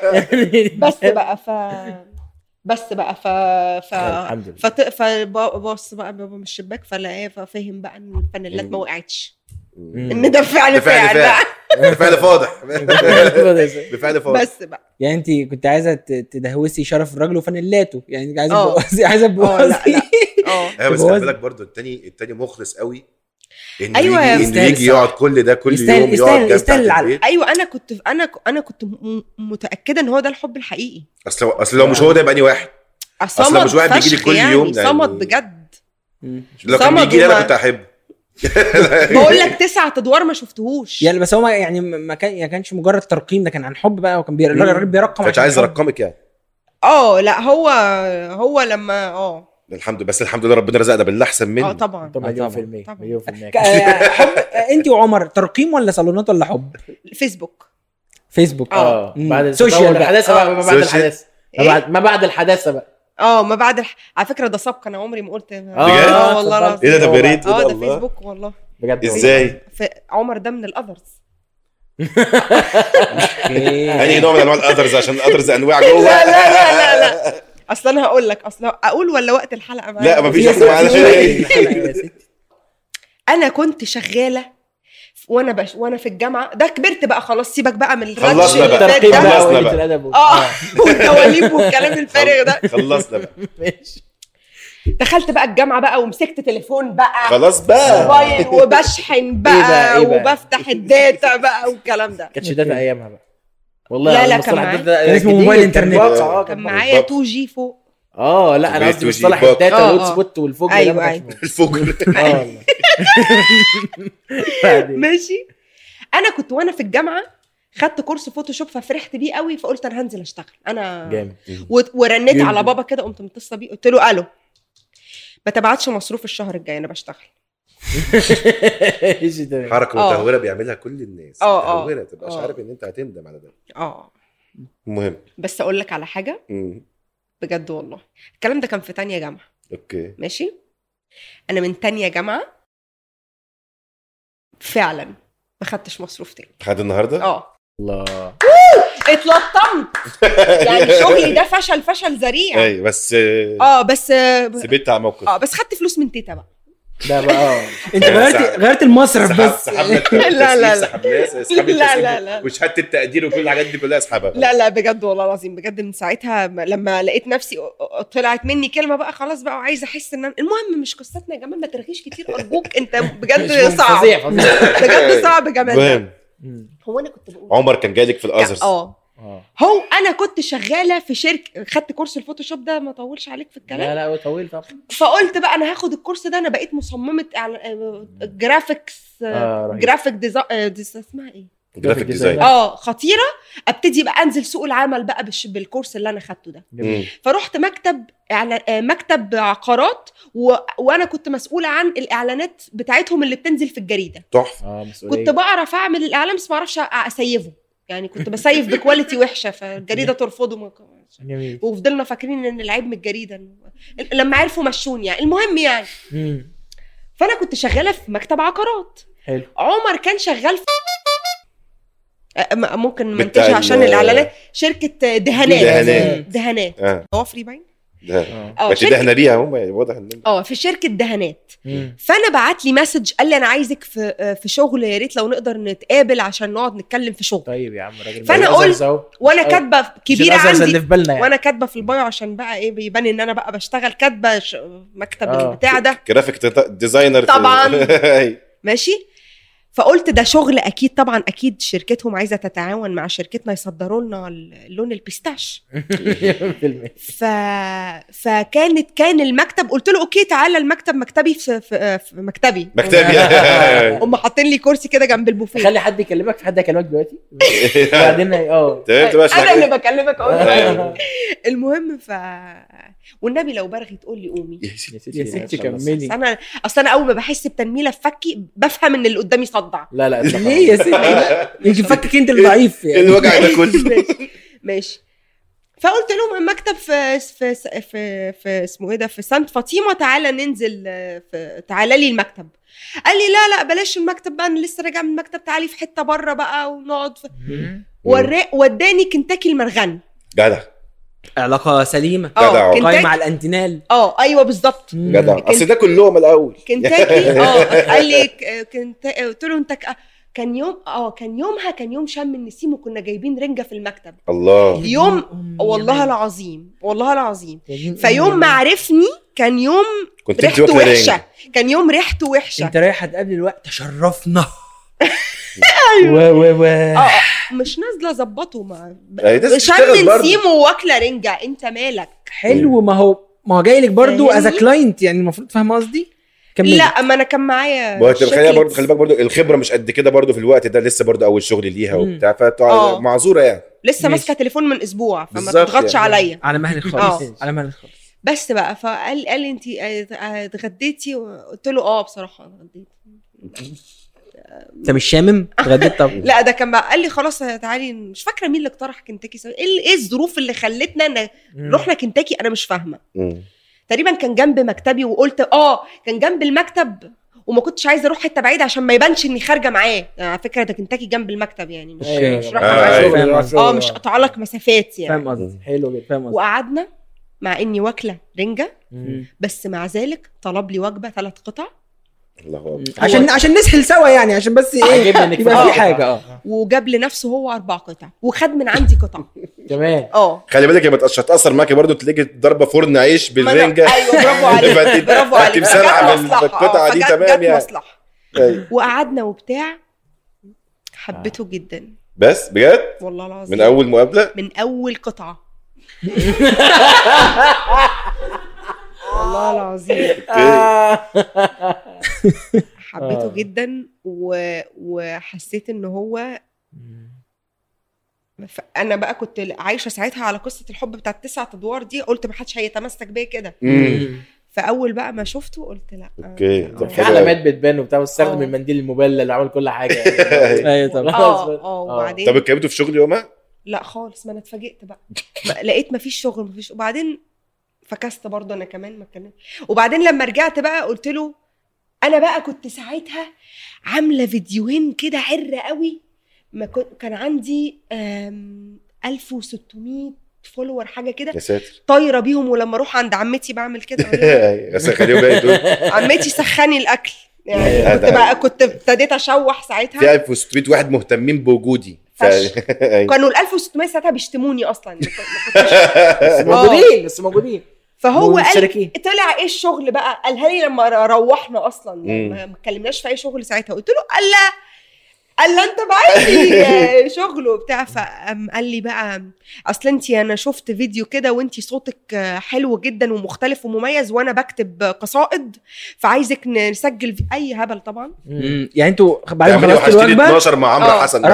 بس بقى فبص بقى بابا من الشباك ففهم بقى ان الفانيلات ما وقعتش ان ده فعل بقى بفعل فاضح بفعل فاضح. بس بقى يعني انت كنت عايزه تدهوسي شرف الراجل وفانيلاته يعني عايزه تبوظي بس خلي بالك برضه التاني مخلص قوي إن ايوه يجي يقعد كل ده كل يوم يقعد يستاهل. ايوه انا كنت متاكده ان هو ده الحب الحقيقي. اصل لو مش هو ده يبقى اني واحد. اصل مش واحد بيجي لي كل يوم صمت بجد. لو كان بيجي لي انا كنت احبه. بقول لك 9 ادوار ما شفتهوش يعني بس هو يعني ما كانش مجرد ترقيم ده كان عن حب بقى وكان الراجل بيرقم مش عايز ارقمك يعني لا هو لما الحمد لله ربنا رزقنا بالله احسن مني طبعا مليون في المية حب. انت وعمر ترقيم ولا صالونات ولا حب؟ فيسبوك بعد السوشيال الحداثه بقى بعد الحداثه ما بعد الحداثه بقى ما بعد على فكره ده سبق انا عمري ما قلت والله العظيم ايه ده بريد ده فيسبوك والله بجد ازاي عمر ده من الاذرز يعني نوع من انواع الاذرز عشان الاذرز انواع جوه لا اصلا هقول لك اقول ولا وقت الحلقه معايا لا مفيش معانا انا كنت شغاله وانا في الجامعه ده كبرت بقى خلاص سيبك بقى من خلصنا بقى والدواليب والكلام الفارغ ده خلصنا بقى ماشي دخلت بقى الجامعه بقى ومسكت تليفون بقى خلاص بقى موبايل وبشحن بقى وبفتح الداتا بقى والكلام ده كانتش داتا ايامها بقى والله لا كان اسمه موبايل انترنت كان معايا 2 جي فوق لا انا قصدي مصطلح الداتا والهوت سبوت والفوق ايوه الفوق ماشي انا كنت وانا في الجامعه خدت كورس فوتوشوب ففرحت بيه قوي فقلت انا هنزل اشتغل انا جامد ورنيت على بابا كده قمت متصله بيه قلت له الو ما تبعتش مصروف الشهر الجاي انا بشتغل حركه متهوره بيعملها كل الناس متهوره تبقاش عارف ان انت هتندم على ده المهم بس اقول لك على حاجه بجد والله الكلام ده كان في تانية جامعه اوكي ماشي انا من تانية جامعه فعلا ما خدتش مصروف تاني لحد النهارده الله اتلطمت يعني شغلي ده فشل ذريع ايوه بس بس سبت على موقف بس خدت فلوس من تيتا بقى ده بقى انت غيرت المصرف بس لا وشهاده التقدير وكل الحاجات دي كلها اسحبها لا بجد والله العظيم بجد من ساعتها لما لقيت نفسي طلعت مني كلمه بقى خلاص بقى وعايزه احس ان المهم مش قصتنا يا جمال ما ترغيش كتير ارجوك انت بجد صعب بجد صعب جمال المهم هو انا كنت بقول عمر كان جايلك في الازرز هو انا كنت شغاله في شركه، خدت كورس الفوتوشوب ده، ما طولش عليك في الكلام. لا هو طويل طبعا. فقلت بقى انا هاخد الكورس ده، انا بقيت مصممه جرافيكس، جرافيك ديزاين، اسمها ايه، جرافيك ديزاين. خطيره. ابتدي بقى انزل سوق العمل بقى بالكورس اللي انا خدته ده. فرحت مكتب عقارات وانا كنت مسؤوله عن الاعلانات بتاعتهم اللي بتنزل في الجريده. تحفه. كنت بعرف اعمل الاعلان بس ما اعرفش اسيفه، يعني كنت بسيف بكواليتي وحشه فالجريده ترفضه. وفضلنا فاكرين ان العيب من الجريده، لما عرفوا مشوني يعني. المهم يعني فانا كنت شغاله في مكتب عقارات. حلو. عمر كان شغال في ممكن منتجها عشان الاعلانات، شركه دهانات هو فري باين مش دهنا ليها، هم واضح ان في شركه دهانات. فانا بعت لي مسج قال لي انا عايزك في شغل، يا ريت لو نقدر نتقابل عشان نقعد نتكلم في شغل. طيب يا عم راجل. فانا قلت وانا كاتبه كبيره عندي يعني. وانا كاتبه في البايو عشان بقى ايه بيبان ان انا بقى بشتغل كاتبه مكتب بتاع ده جرافيك ديزاينر طبعا. ماشي. فقلت ده شغل اكيد طبعا، اكيد شركتهم عايزه تتعاون مع شركتنا يصدروا لنا اللون البيستاش. كان المكتب، قلت له اوكي تعالى المكتب، مكتبي في مكتبي هم حاطين لي كرسي كده جنب البوفيه. خلي حد يكلمك، في حد هيكلمك دلوقتي بعدين انا اللي بكلمك المهم والنبي لو برغي تقول لي قومي يا ستي كملي. انا اول ما بحس بتنميله في فكي بفهم ان اللي قدامي صدع. لا ليه يا ستي؟ يمكن فكك انت اللي ضعيف يعني. الوجع ده كله. ماشي. فقلت لهم المكتب في اسمه ايه ده، في سانت فاطمه، تعالى ننزل تعالى لي المكتب. قال لي لا بلاش المكتب بقى، انا لسه راجع من المكتب، تعالي في حته بره بقى ونقعد وداني كنتاكي المرغني. جدع. علاقه سليمه قايمه على الانتينال. ايوه بالظبط. جدع. اصل ده كلهم الاول كنتاكي. قال لي قلت له انت كان يومها كان يوم شم النسيم، وكنا جايبين رنجه في المكتب. الله. يوم والله العظيم فيوم ما عرفني كان يوم ريحته وحشه، كان يوم ريحته وحشه. انت رايحه تقابل الوقت تشرفنا. مش نازله ظبطه مع شم النسيم وواكله رنجه، انت مالك؟ حلو. ما هو جاي لك برضو از كلاينت يعني، المفروض فاهم قصدي. لا ما انا كان معايا خلي بالك برضو الخبره مش قد كده برضو في الوقت ده، لسه برضو اول شغل ليها وبتاع، معذوره يعني، لسه ماسكه تليفون من اسبوع فما تضغطش يعني. عليا على مهلك خالص. على مهلك خالص. بس بقى فقال لي انت اتغديتي؟ قلت له بصراحه اتغديت. انت مش شامم اتغديت؟ طب لا ده كان بقى قال لي خلاص تعالي، مش فاكره مين اللي اقترح كنتاكي، ايه الظروف اللي خلتنا رحنا كنتاكي، انا مش فاهمه. تقريبا كان جنب مكتبي، وقلت كان جنب المكتب وما كنتش عايزه اروح حته بعيده عشان ما يبانش اني خارجه معاه. على فكره ده كنتاكي جنب المكتب يعني، مش رايحه مش قطع لك مسافات يعني. فاهم قصدي. حلو جدا فاهم قصدي. وقعدنا مع اني واكله رنجه، بس مع ذلك طلب لي وجبه 3 قطع. الله عشان نسحل سوا يعني، عشان بس ايه يبقى في حاجه. وجاب لنفسه هو 4 قطع وخد من عندي قطعه كمان. خلي بالك ما تاثر معاكي برضو، تلاقي ضربه فرن عيش بالرنجه. ايوه برافو عليك برافو عليك. مسالعه بالقطعه دي تمام يعني. وقعدنا وبتاع، حبيته جدا. بس بجد والله العظيم من اول مقابله، من اول قطعه. والله العظيم حبيته جدا وحسيت ان هو انا بقى كنت عايشه ساعتها على قصه الحب بتاعت 9 ادوار دي، قلت ما حدش هيتمسك بيا كده. فاول بقى ما شفته قلت لا اوكي في علامات بتبان وبتاع، واستخدم المنديل المبلل، عمل كل حاجه. ايوه طبعا. وبعدين طب اتكلمتوا في شغل يومها؟ لا خالص، ما انا اتفاجئت بقى لقيت ما فيش شغل، ما فيش. وبعدين فكست برضه انا كمان ما اتكلمت. وبعدين لما رجعت بقى قلت له انا بقى كنت ساعتها عامله فيديوهين كده عره قوي، ما كان عندي 1600 فولور حاجه كده، يا ساتر، طايره بيهم. ولما اروح عند عمتي بعمل كده اسخنيهم جاي عمتي سخني الاكل يعني. كنت ابتديت اشوح ساعتها. في 1600 واحد مهتمين بوجودي. كانوا ال 1600 ساعتها بيشتموني اصلا. بس موجودين. فهو قال طلع ايه الشغل بقى، قالها لي لما روحنا اصلا، ما اتكلمناش في اي شغل ساعتها. قلت له قال لا قال له انت بعت لي شغل وبتاع. فقام قال لي بقى اصل انتي انا شفت فيديو كده وانتي صوتك حلو جدا ومختلف ومميز وانا بكتب قصائد فعايزك نسجل في اي هبل طبعا. يعني انتوا بعد ما تعملي خلصتوا الوجبه 12 مع عمرو حسن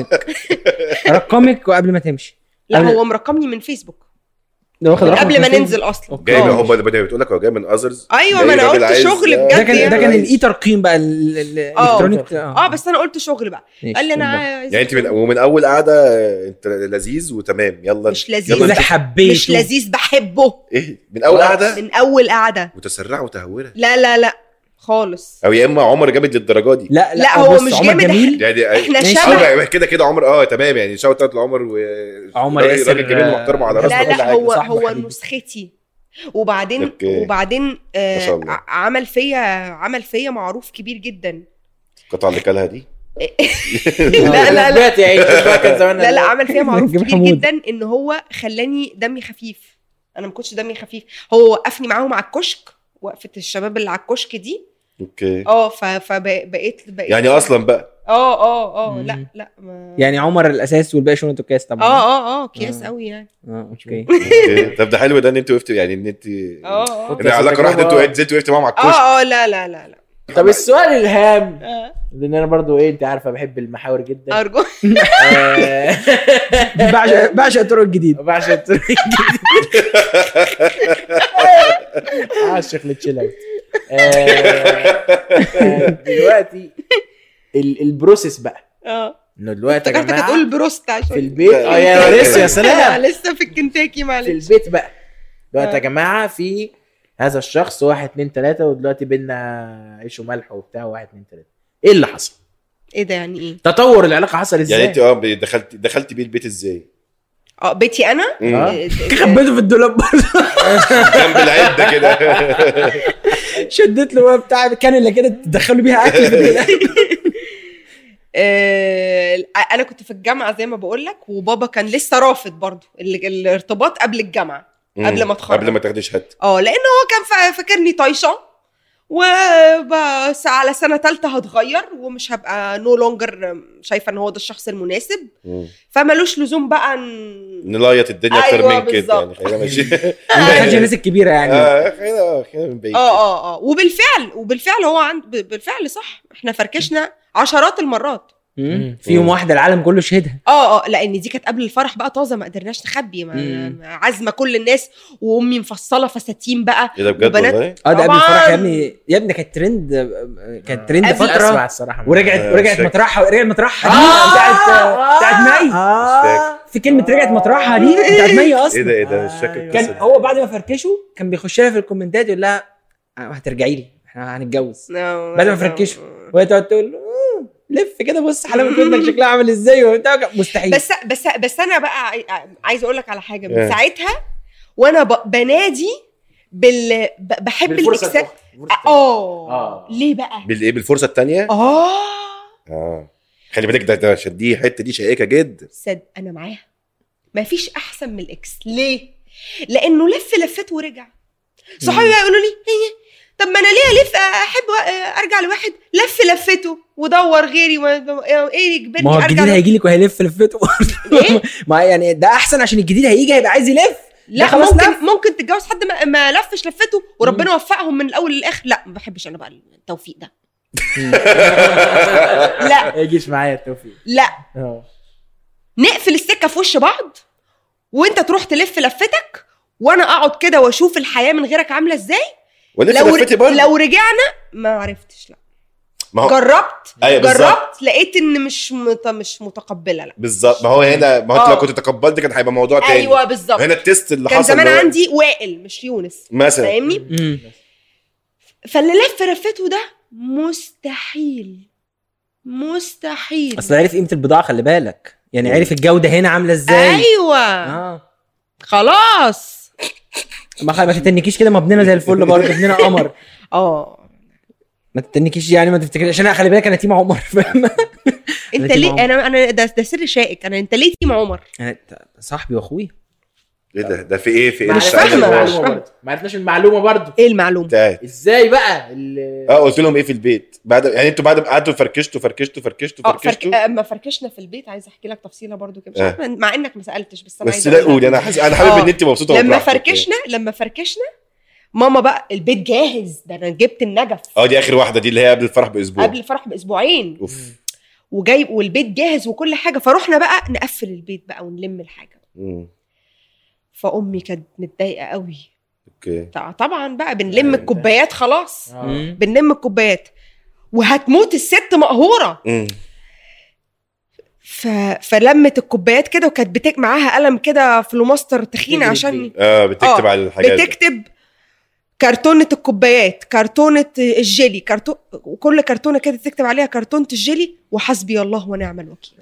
رقمك وقبل ما تمشي لا هو مرقمني من فيسبوك واخد رقم قبل ما ننزل اصلا. جاي من هم اللي بدأوا بتقول لك هو جاي من اذرز. ايوه ما انا قلت شغل بجد. ده كان الاي ترقيم بقى الالكترونيك. بس انا قلت شغل بقى. قال لي انا عايز يعني انت ومن اول قعده انت لذيذ وتمام يلا. مش لذيذ لك حبيته مش لذيذ بحبه. ايه من اول قعده من اول قعده متسرعه وتهوره. لا خالص. او يا اما عمر جامد للدرجه دي. لا هو مش جامد. يعني احنا شبه كده عمر تمام يعني شاوت اوت لعمر عمر راجل جميل محترم على راسنا. لا هو نسختي. وبعدين عمل فيا معروف كبير جدا. القطعه اللي كلها دي لا عمل فيها معروف كبير جدا ان هو خلاني دمي خفيف. انا ما كنتش دمي خفيف. هو وقفني معاهم على الكشك وقفه الشباب اللي على الكشك دي. اوكي فبقيت يعني اصلا بقى لا ما... يعني عمر الاساس والباقي شنو انتوا كاس طبعا. كياس قوي يعني. اوكي طب ده حلو ده ان انتوا وقفتوا يعني ان انت علاقه راحت انتوا نزلتوا وقفتوا معاهم على الكشك. لا طب السؤال الهام لان انا برضو انت عارفه بحب المحاور جدا. ارجو. بعشق الطرق الجديده. عاشق للتشيل. دلوقتي البروسيس بقى انه دلوقتي يا جماعه تقول بروست في البيت. يا سلام لسه في الكنتاكي معلش. في البيت بقى دلوقتي يا جماعه في هذا الشخص 1 2 3 ودلوقتي بينا عيش وملح وبتاع 1 2 3. ايه اللي حصل؟ ايه ده يعني ايه تطور العلاقه حصل ازاي؟ يعني انت دخلتي بيه البيت ازاي؟ بيتي انا خبيته في الدولاب جنب العده كده. شدت له بتاع كان اللي كده تدخلوا بيها اكل. انا كنت في الجامعه زي ما بقول لك وبابا كان لسه رافض برضو الارتباط قبل الجامعه قبل ما اتخرج قبل ما تاخدي شهاده. لان هو كان فاكرني طايشه وبس على سنه ثالثه هتغير ومش هبقى نو لونجر شايفه ان هو ده الشخص المناسب. فمالوش لزوم بقى نلايط الدنيا اكتر من كده يعني خلينا ماشي. كانت الناس الكبيره يعني خلينا من بعيد. وبالفعل هو بالفعل صح. احنا فركشنا عشرات المرات. فيهم واحده العالم كله شهدها. لان دي كانت قبل الفرح بقى طازه ما قدرناش نخبي عزمه كل الناس وامي مفصله فساتين بقى. ايه ده بجد والله؟ ده قبل الفرح يا ابني كانت ترند فتره ورجعت مطرحها دي بتاعت مي. في كلمه رجعت مطرحها دي بتاعت مي اصلا. ايه ده مش فاكر. كان هو بعد ما فركشوا كان بيخش لها في الكومنتات يقول لها هترجعي لي احنا هنتجوز بعد ما فركشوا وهي تقعد تقول لف كده بص حلاوه ودنك شكلها عامل ازاي وبتاع. مستحيل. بس انا بقى عايز اقول لك على حاجه من ساعتها وانا بنادي بحب الاكسات. ليه بقى بالايه بالفرصه الثانيه. خلي بالك ده عشان دي حته دي شائكه جدا. انا معاها مفيش احسن من الاكس. ليه؟ لانه لفت ورجع. صحابي بقى يقولوا لي طب ما انا ليه الف احب ارجع لواحد لفته ودور غيري ايه يجبرني ارجع. ما هو الجديد هيجي لك وهيلف لفته. ما يعني ده احسن عشان الجديد هيجي هيبقى عايز يلف. لا ممكن تتجوز حد ما لفش لفته وربنا وفقهم من الاول للاخر. لا ما بحبش انا بقى التوفيق ده. لا يجيش معايا التوفيق. لا نقفل السكه في وش بعض وانت تروح تلف لفتك وانا اقعد كده واشوف الحياه من غيرك عامله ازاي. لو رجعنا ما عرفتش. لا جربت لقيت ان مش متقبله. لا بالظبط. ما هو هنا ما هو لو كنت تقبلت كان هيبقى موضوع تاني. ايوه بالظبط. هنا التست اللي كان حصل زمان عندي وائل مش يونس مثلا فاهمني. فاللي لفته ده مستحيل. اصل عارف قيمه البضاعه خلي بالك يعني عارف الجوده هنا عامله ازاي. ايوه خلاص ما تتنكيش كده مبنينا زي الفل برضه ابننا قمر. ما تتنكيش يعني ما تفتكرش عشان خلي بالك انا تيم عمر فاهم. انت ليه انا ده سر شائك. انت ليه تيم عمر؟ انا صاحبي واخويا ايه ده في ايه في ايه ما مش عرفناش فاهمة. المعلومة برضه. ما عرفناش المعلومه برضه ايه المعلومه؟ بتاعت ازاي بقى قلت لهم ايه في البيت بعد يعني انتوا بعد ما قعدتوا فركشتوا اما فركشنا في البيت عايزه احكي لك تفصيله برضو كده مش عارفة، مع انك ما سالتش بس انا بس عايزه لا أقول لك. قولي انا حابب ان انت مبسوطه لما وبراحتك. فركشنا ماما بقى البيت جاهز، ده انا جبت النجف دي اخر واحده دي اللي هي قبل الفرح باسبوع. قبل الفرح باسبوعين اوف. وجايب والبيت جاهز وكل حاجه، فروحنا بقى نقفل البيت بقى ونلم الحاجه. فامي كانت متضايقه قوي. اوكي. طبعا بقى بنلم الكوبايات خلاص. آه. بنلم الكوبايات وهتموت الست مقهوره. فلمت الكوبايات كده وكانت معاها قلم كده فلوماستر تخين عشان بتكتب على الحاجات. بتكتب كرتونة الكوبايات، كرتونة الجيلي، وكل كرتونة كده تكتب عليها كرتونة الجيلي وحسبي الله ونعم الوكيل.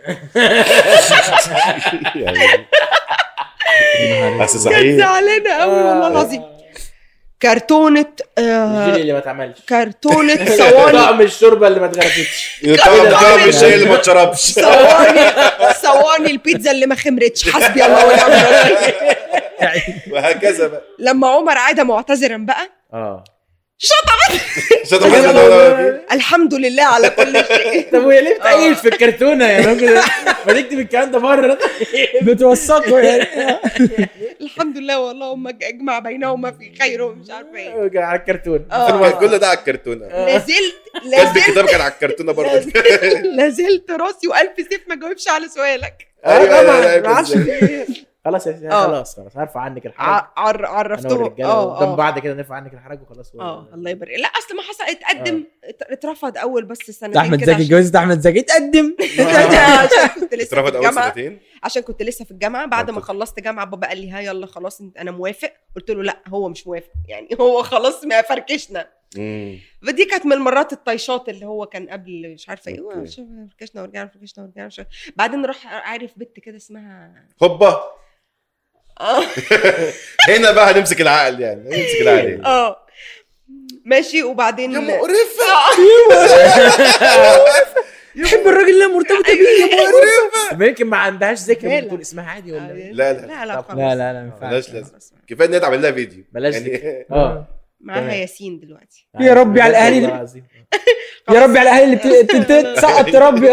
بس كانت صحيح زعلانة قوي والله العظيم. كرتونة الجيلي اللي ما اتعملش، كرتونة صواني، طعم الشوربه اللي ما اتغرفتش، طعم الشاي اللي ما اتشربش، صواني البيتزا اللي ما خمرتش، حسبي الله ونعم الوكيل. وهكذا بقى. لما عمر عاد معتذرا بقى شطبت الحمد لله على كل شيء. طب وهي ليه بتعيش في الكرتونه يعني؟ ممكن ما تكتب الكلام ده بره. بتوثقوا يعني. الحمد لله والله هم اجمع بينهما في خير ومش عارفه ايه على الكرتون. كل ده على الكرتونه. لازلت كاتب الكتاب كان على الكرتونه برضه. لازلت راسي والف سيف ما جاوبش على سؤالك. خلاص خلاص هرفع عنك الحرج. عرفتهم قدام بعض كده نرفع عنك الحرج وخلاص. الله يبارك. لا اصل ما حصل اتقدم اترفض اول بس سنتين احمد كده زكي جوزت احمد زكي اتقدم. عشان كنت لسه اترفض في اول الجامعه. سنتين عشان كنت لسه في الجامعه. بعد ما منطق. خلصت جامعه بابا قال لي ها يلا خلاص انا موافق. قلت له لا هو مش موافق يعني هو خلاص ما فركشنا. فدي كانت من المرات الطيشات اللي هو كان قبل مش عارفه ايه فركشنا ورجعنا بعدين راح عارف بنت كده اسمها هوبا. هنا بقى هنمسك العقل يعني نمسك العقل. ماشي. وبعدين يا مقرفه يحب الراجل اللي مرتبط بيه يا مقرفه. يمكن ما عندهاش ذكر تقول اسمها عادي ولا لا ما ينفعش. كفايه ان نتعمل لها فيديو بلاش يعني. معاها ياسين دلوقتي. يا ربي على الاهالي يا ربي على الاهالي اللي تسقط تربي.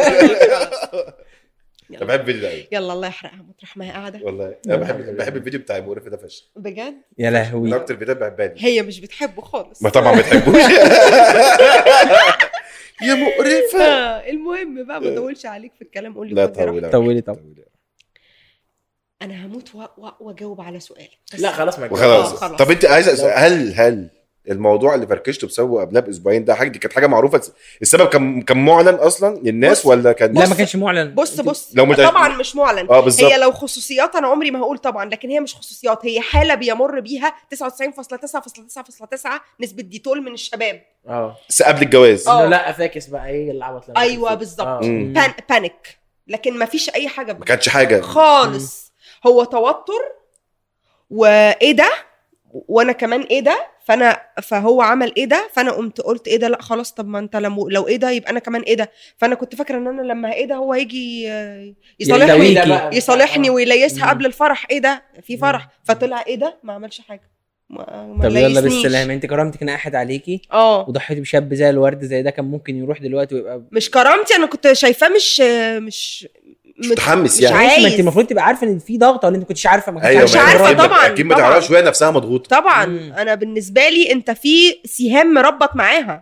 انا بحب الفيديو ده قوي. يلا الله يحرقها مطرح ما هي قاعده. والله انا بحب الفيديو بتاع المقرفه ده فشخ بجد. يا لهوي من اكتر فيديوهات بحبها. هي مش بتحبه خالص. ما طبعا بتحبوش. يا مقرفه. المهم بقى ما اطولش عليك في الكلام. قول لي لا طولي طب. انا هموت واجاوب على سؤالك. لا خلاص ما خلاص. طب انت عايز هل الموضوع اللي فركشته بسببه قبلها باسبوعين ده حاجه دي كانت حاجه معروفه؟ السبب كان معلن اصلا للناس ولا كان لا ما كانش معلن. بص طبعا مش معلن. بالزبط. هي لو خصوصيات انا عمري ما هقول طبعا، لكن هي مش خصوصيات، هي حاله بيمر بيها 99.9.9.9 نسبه ديتول من الشباب قبل الجواز. لا فاكس بقى ايه اللي عبط. ايوه بالظبط. بانيك. لكن ما فيش اي حاجه ما كانتش حاجه خالص. هو توتر وايه ده وانا كمان ايه ده. فهو عمل ايه ده فانا قلت ايه ده. لا خلاص طب ما انت لو ايه ده يبقى انا كمان ايه ده. فانا كنت فاكره ان انا لما ايه ده هو هيجي يصالحني ويليسها قبل الفرح. ايه ده في فرح. فطلع ايه ده ما عملش حاجه. طب يلا بالسلامه. انت كرامتك ناحت عليكي وضحيتي بشاب زي الورد زي ده كان ممكن يروح دلوقتي ويبقى مش كرامتي. انا كنت شايفاه مش متحمس يعني. ما انت المفروض تبقى عارفه ان في ضغط ولا انت كنتش عارفه؟ ما كنتش عارفه طبعا. اكيد ما تعرفش وهي نفسها مضغوطه طبعا. انا بالنسبه لي انت في سهام مربط معاها.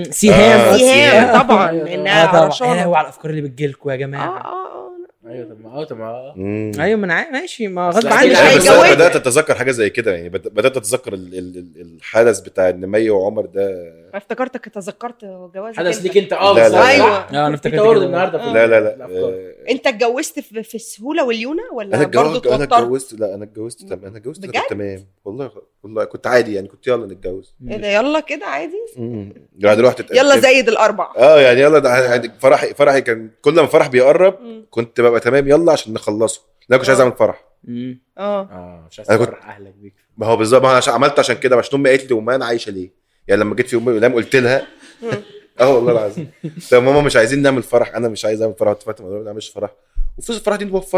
سهام طبعا انها رشانه. هو على الافكار اللي بتجيلكوا يا جماعه. ايوه طب ايوه ما انا ماشي ما غصب عني. بدات اتذكر حاجه زي كده يعني. بدات اتذكر الحدث بتاع النمية وعمر ده. افتكرتك تذكرت جوازك حدث ليك انت. ايوه انا افتكرت النهارده. لا انت اتجوزت في السهوله واليونه ولا انا برضه اتوترت؟ انا اتجوزت تمام والله كنت عادي يعني. كنت يلا نتجوز. ايه ده يلا كده عادي. يعني رحت يلا زايد الاربع. يعني يلا فرحي كان كل ما فرح بيقرب كنت ببقى تمام يلا عشان نخلصه. لا كنتش عايز اعمل فرح. مش عايز تفرح اهلك بيك. ما هو بالظبط. ما انا عملت عشان كده عشان امي قالت لي وما انا عايشه ليه يعني. لما جيت في يوم من الايام قلت لها والله العظيم طب ماما مش عايزين نعمل فرح. انا مش عايز اعمل فرح. اتفقت ما نعملش فرح وفلوس الفرح دي نوفرها.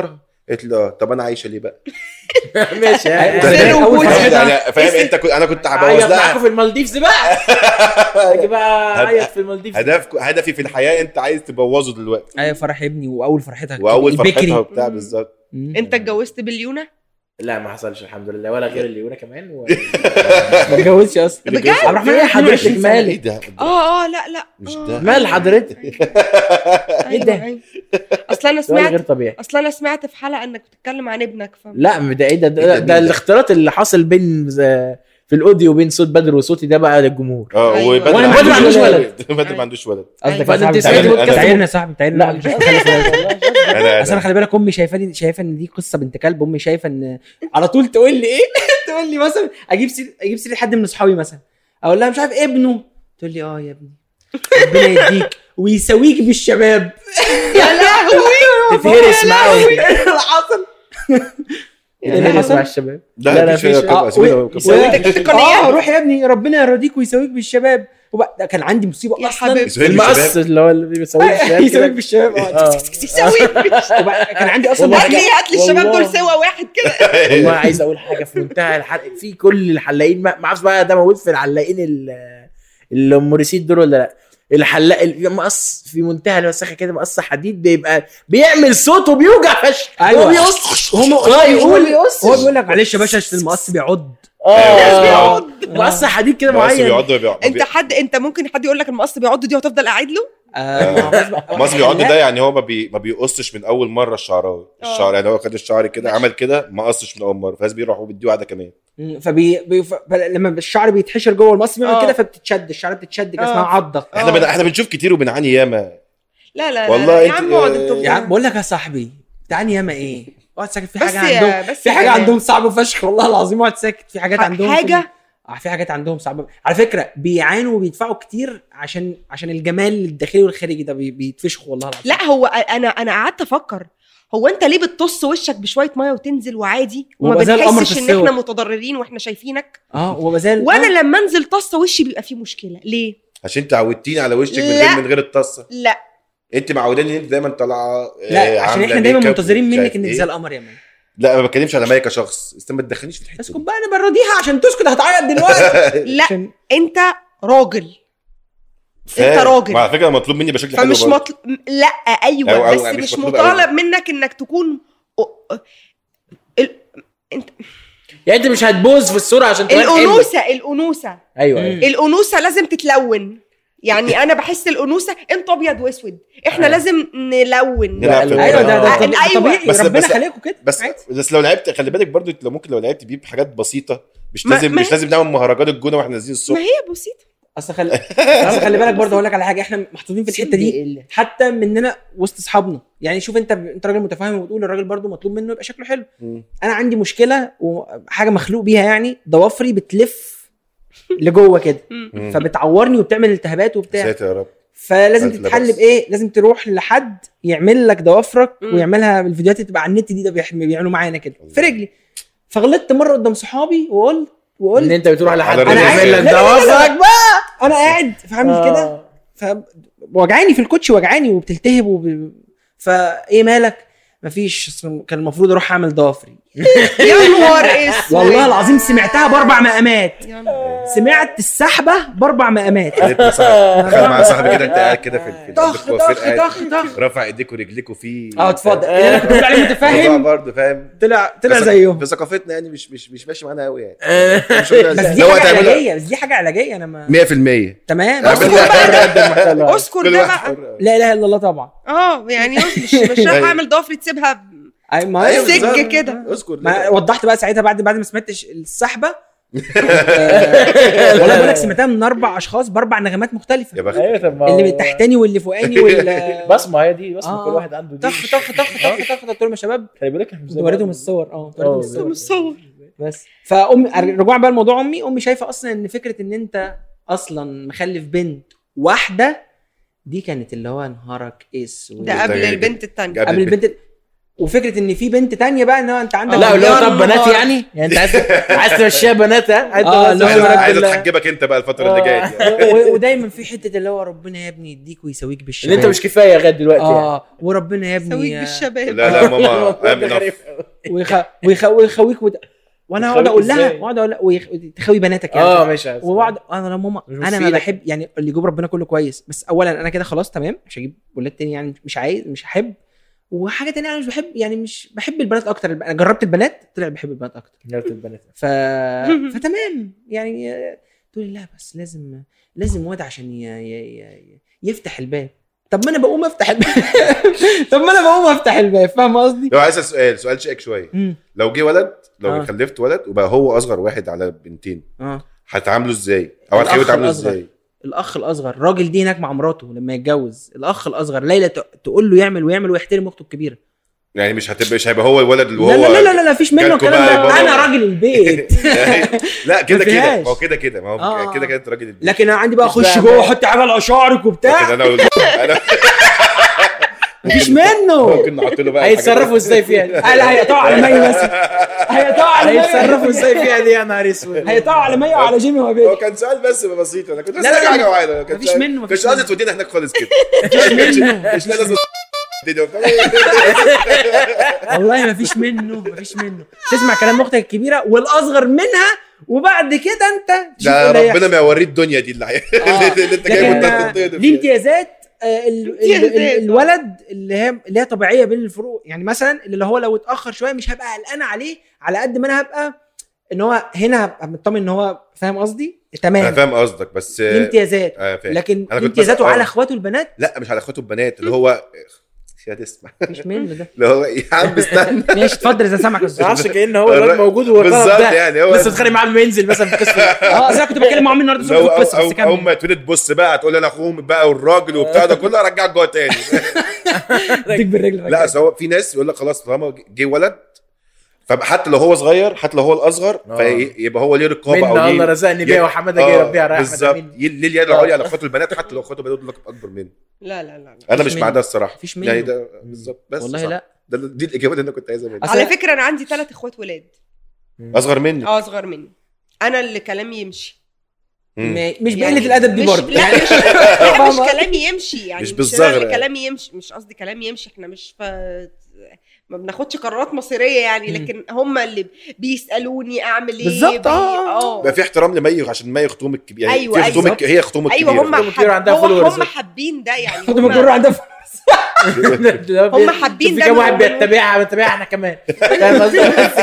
قلت له طب انا عايشه ليه بقى؟ ماشي اول يعني فاهم انت انا كنت هبوظ لها في المالديفز بقى. اجي بقى عيط في المالديفز. هدفي في الحياه انت عايز تبوظه دلوقتي. ايوه فرح ابني واول فرحتها واول فرحتها وبتاع بالظبط. انت اتجوزت باليونا؟ لا ما حصلش الحمد لله، ولا غير الليونه كمان ما اتجوزش اصلا. بجد؟ عبد الرحمن ايه حضرتك ايه مالك؟ ده؟ لا مش ده. مال حضرتك؟ ايه ده؟ اصل غير طبيعي. انا سمعت في حلقه انك بتتكلم عن ابنك لا ده ايه ده الاختلاط اللي حاصل بين في الاوديو بين صوت بدر وصوتي ده بقى للجمهور. أيوة. وانا بدر ما عندوش ولد. بدر ما عندوش ولد. قصدك فانت يا سمعت صاحبي بودكاست؟ تعيرنا يا صاحبي تعيرنا. لا مش خالص بس انا خلي بالك امي شايفه ان دي قصه بنت كلب. امي شايفه ان على طول تقول لي ايه تقول لي مثلا اجيب سيره حد من اصحابي مثلا اقول لها مش عارف ابنه، تقول لي يا ابني ربنا يديك ويسويك بالشباب. يا لهوي تتهرس معاهم. اللي حصل تتهرس مع الشباب. لا فيش روح يا ابني ربنا يرضيك ويسويك بالشباب. ده كان عندي مصيبه يا اصلا. حبيبي. المقص اللي هو اللي بيسوي يسويك بالشباب. كان عندي اصلا هات لي الشباب دول سوا واحد كده. والله عايز اقول حاجه في منتهى الحلقه في كل الحلاقين ما اعرفش بقى ده موجود في الحلاقين اللي مريسيد دول ولا لا. الحلاق المقص في منتهى الوساخه كده، مقص حديد بيبقى بيعمل صوت وبيوجع فشخ. ايوه هو بيقص هو بيقول لك معلش يا باشا المقص بيعض. مقص حديد كده معين. انت ممكن حد يقول لك المقص بيعض دي وتفضل قاعد له. مصر بيقعد ده يعني هو ما بيقصش من اول مره الشعراوي. الشعر يعني هو خد الشعر كده عمل كده ما قصش من اول مره، فاز بيروحوا بيديه واحده كمان. لما الشعر بيتحشر جوه المقص بيعمل كده فبتتشد الشعر بتتشد كده اسمها عضه. احنا بنشوف كتير وبنعاني ياما. لا والله يا عم يا عم بقول لك يا صاحبي بتعاني ياما ايه؟ اقعد ساكت. في حاجه عندهم في حاجه عندهم صعبه فشخ والله العظيم. اقعد ساكت. في حاجات عندهم في حاجات عندهم صعبه على فكره. بيعانوا وبيدفعوا كتير عشان الجمال الداخلي والخارجي ده بيتفشخوا والله العظيم. لا هو انا قعدت افكر هو انت ليه بتطص وشك بشويه ميه وتنزل وعادي وما بتحسش ان احنا متضررين واحنا شايفينك؟ وانا لما انزل طصه وشي بيبقى فيه مشكله. ليه؟ عشان تعودتيني على وشك من غير الطصه. لا انت معوداني ان انت دايما طالعه. لا عشان احنا دايما منتظرين منك انك زي القمر يا مان. لا ما بتكلمش على مايا كشخص. ما تدخلنيش في الحته. اسكت بقى انا برديها عشان تسكت. هتعيط دلوقتي. لا انت راجل. انت راجل. على فكره مطلوب مني بشكل حلو. فمش لا ايوه بس مش مطالب منك انك تكون انت يعني انت مش هتبوظ في الصوره عشان الانوثه ايوه الانوثه لازم تتلون. يعني انا بحس الانوثه انت ابيض واسود احنا لازم نلون. ايوه ده طبيعي. ربنا خليكم كده. بس لو لعبت خلي بالك برضو ممكن لو لعبت بيه بحاجات بسيطه مش لازم نعمل مهرجان الجونه واحنا نازلين الصبح. ما هي بسيطه. اصل خلي بالك برضه اقول لك على حاجه. احنا محطوطين في الحته دي حتى مننا وسط اصحابنا. يعني شوف انت راجل متفاهم وبتقول الراجل برضه مطلوب منه يبقى شكله حلو. انا عندي مشكله وحاجه مخلوق بيها يعني ضوافري بتلف لجوه كده فبتعورني وبتعمل التهابات وبتاع. ساتر يا رب. فلازم تتحل بايه؟ لازم تروح لحد يعمل لك ضوافرك ويعملها بالفيديوهات اللي تبقى على النت دي. ده بيعملوا معانا كده في رجلي. فغلطت مره قدام صحابي وقلت ان انت بتروح لحد يعمل لك ضوافرك بقى. انا قاعد فعمل كده فوجعاني في الكوتش وجعاني وبتلتهب فايه مالك؟ مفيش. كان المفروض اروح اعمل ضوافري. يا نهار اسود والله العظيم سمعتها ب4 مقامات. سمعت السحبه ب4 مقامات. تخيل مع صاحبي كده انت قاعد كده في طخ رافع ايديك ورجليك وفي اتفضل. انا كنت بقول عليه متفاهم برضه فاهم. طلع زيهم في ثقافتنا يعني مش ماشي معانا قوي يعني. بس دي حاجه علاجيه. بس دي حاجه علاجيه. انا ما 100% تمام. اذكر ده بقى. لا اله الا الله طبعا. يعني مش راح اعمل ضوافري تسيبها سج كده. ما وضحت بقى ساعتها بعد ما سمعت السحبه. والله بقولك سمعتها من 4 اشخاص ب4 نغمات مختلفه. اللي تحتاني واللي فوقاني بصمه. هي دي بصمه. كل واحد عنده دي. طخ قلت لهم يا شباب خلي بالك احنا وريتهم الصور. وريتهم الصور بس. رجوعا بقى الموضوع امي شايفه اصلا ان فكره ان انت اصلا مخلف بنت واحده دي كانت اللي هو نهارك اسود. ده قبل البنت الثانيه. قبل البنت وفكره ان في بنت تانية بقى ان هو انت عندك لا اللي هو مليار طب بنات نهار. يعني انت عايز تمشيها بنات اللي هو عايز تحجبك انت بقى الفتره اللي جايه. ودايما في حته اللي هو ربنا يا ابني يديك ويسويك بالشباب اللي انت مش كفايه لغايه دلوقتي يعني. وربنا يا سويك ابني بالشباب. لا ماما ويخويك وانا اقعد اقول لها إزاي؟ واقعد اقول لها تخوي بناتك يعني ماشي عايز. وبعد انا لا ماما مش انا في ما إيدك. بحب يعني اللي يجيب ربنا كله كويس بس اولا انا كده خلاص تمام مش هجيب ولاد تاني يعني مش عايز مش هحب وحاجه تانية انا مش بحب يعني مش بحب البنات اكتر انا جربت البنات طلع بحب البنات اكتر جربت البنات فتمام يعني تقول لا بس لازم واد عشان يفتح الباب طب ما انا بقوم افتح الباب فاهم قصدي لو عايز سؤال شائك شويه لو جه ولد لو خلفت ولد وبقى هو اصغر واحد على بنتين هتعامله ازاي او هتخليه تعامله ازاي الاخ الاصغر الراجل دي هناك مع مراته لما يتجوز الاخ الاصغر ليلى تقول له يعمل ويحترم اخته الكبيره يعني مش هيبقى هو الولد اللي هو لا مفيش منه الكلام ده انا راجل البيت لا كده ما هو كده ما هو كده انت راجل البيت لكن انا عندي بقى اخش جوه احط حاجه على شعرك وبتاع انا مفيش منه ممكن نحط له بقى هيتصرفوا ازاي فيها لا هيقطعوا على مي بس هيتصرفوا ازاي فيها دي يا نهار اسود هيقطعوا على مي وعلى جيمي وبيت هو كان سؤال بس بسيط انا كنت لا حاجه واحده مفيش منه مش قصدي تودينا هناك خالص كده مش لازم والله مفيش منه تسمع كلام اختك الكبيره والاصغر منها وبعد كده انت ده ربنا ما يوريه الدنيا دي اللي انت جايبه ليه امتيازات الولد اللي هي طبيعيه بين الفروق يعني مثلا اللي هو لو اتاخر شويه مش هبقى قلقان عليه على قد ما انا هبقى ان هو هنا هبقى مطمن ان هو فاهم قصدي تمام انا فاهم قصدك بس امتيازات لكن امتيازاته على اخواته البنات لا مش على اخواته البنات اللي هو يا تسمع مش منه ده اللي هو يا عم استنى ماشي اتفضل اذا سامعك ما اعرفش كأن هو الواد موجود بالظبط يعني هو لسه اتخانق معاه لما ينزل مثلا في قصه انا كنت بتكلم مع عمي النهارده في القصه بس كمل اول ما تولد تبص بقى هتقول انا اخوهم بقى والراجل وبتاع ده كله ارجعك جوه تاني اديك بالرجل لا سواء في ناس يقول لك خلاص طالما جه ولد فحتى لو هو صغير حتى لو هو الاصغر فيبقى هو ليه رقابه او ليه الله رزقني بيها وحماده جاي ربيها رايح بالظبط ليه اليد العليا على اخواته البنات حتى لو اخواته بنات لك اكبر منه لا انا مش مع ده الصراحه يعني ده بالظبط بس والله لا دي الاجابه اللي انا كنت عايزها منك على فكره انا عندي 3 اخوات ولاد اصغر مني اصغر مني انا اللي كلامي يمشي مش بقله الادب دي برضه لا مش كلامي يمشي يعني مش بالظهر كلامي يمشي مش قصدي كلامي يمشي احنا مش ما بناخدش قرارات مصيريه يعني لكن هم اللي بيسالوني اعمل ايه بالظبط بقى في احترام لمي عشان مي خطومك الكبيره يعني أيوة في خطومك هي خطومك ايوه كبيره هم حابين ده يعني خطوم الجر عندها هم حابين ده في كام واحد بيتبعها احنا كمان فاهم قصدي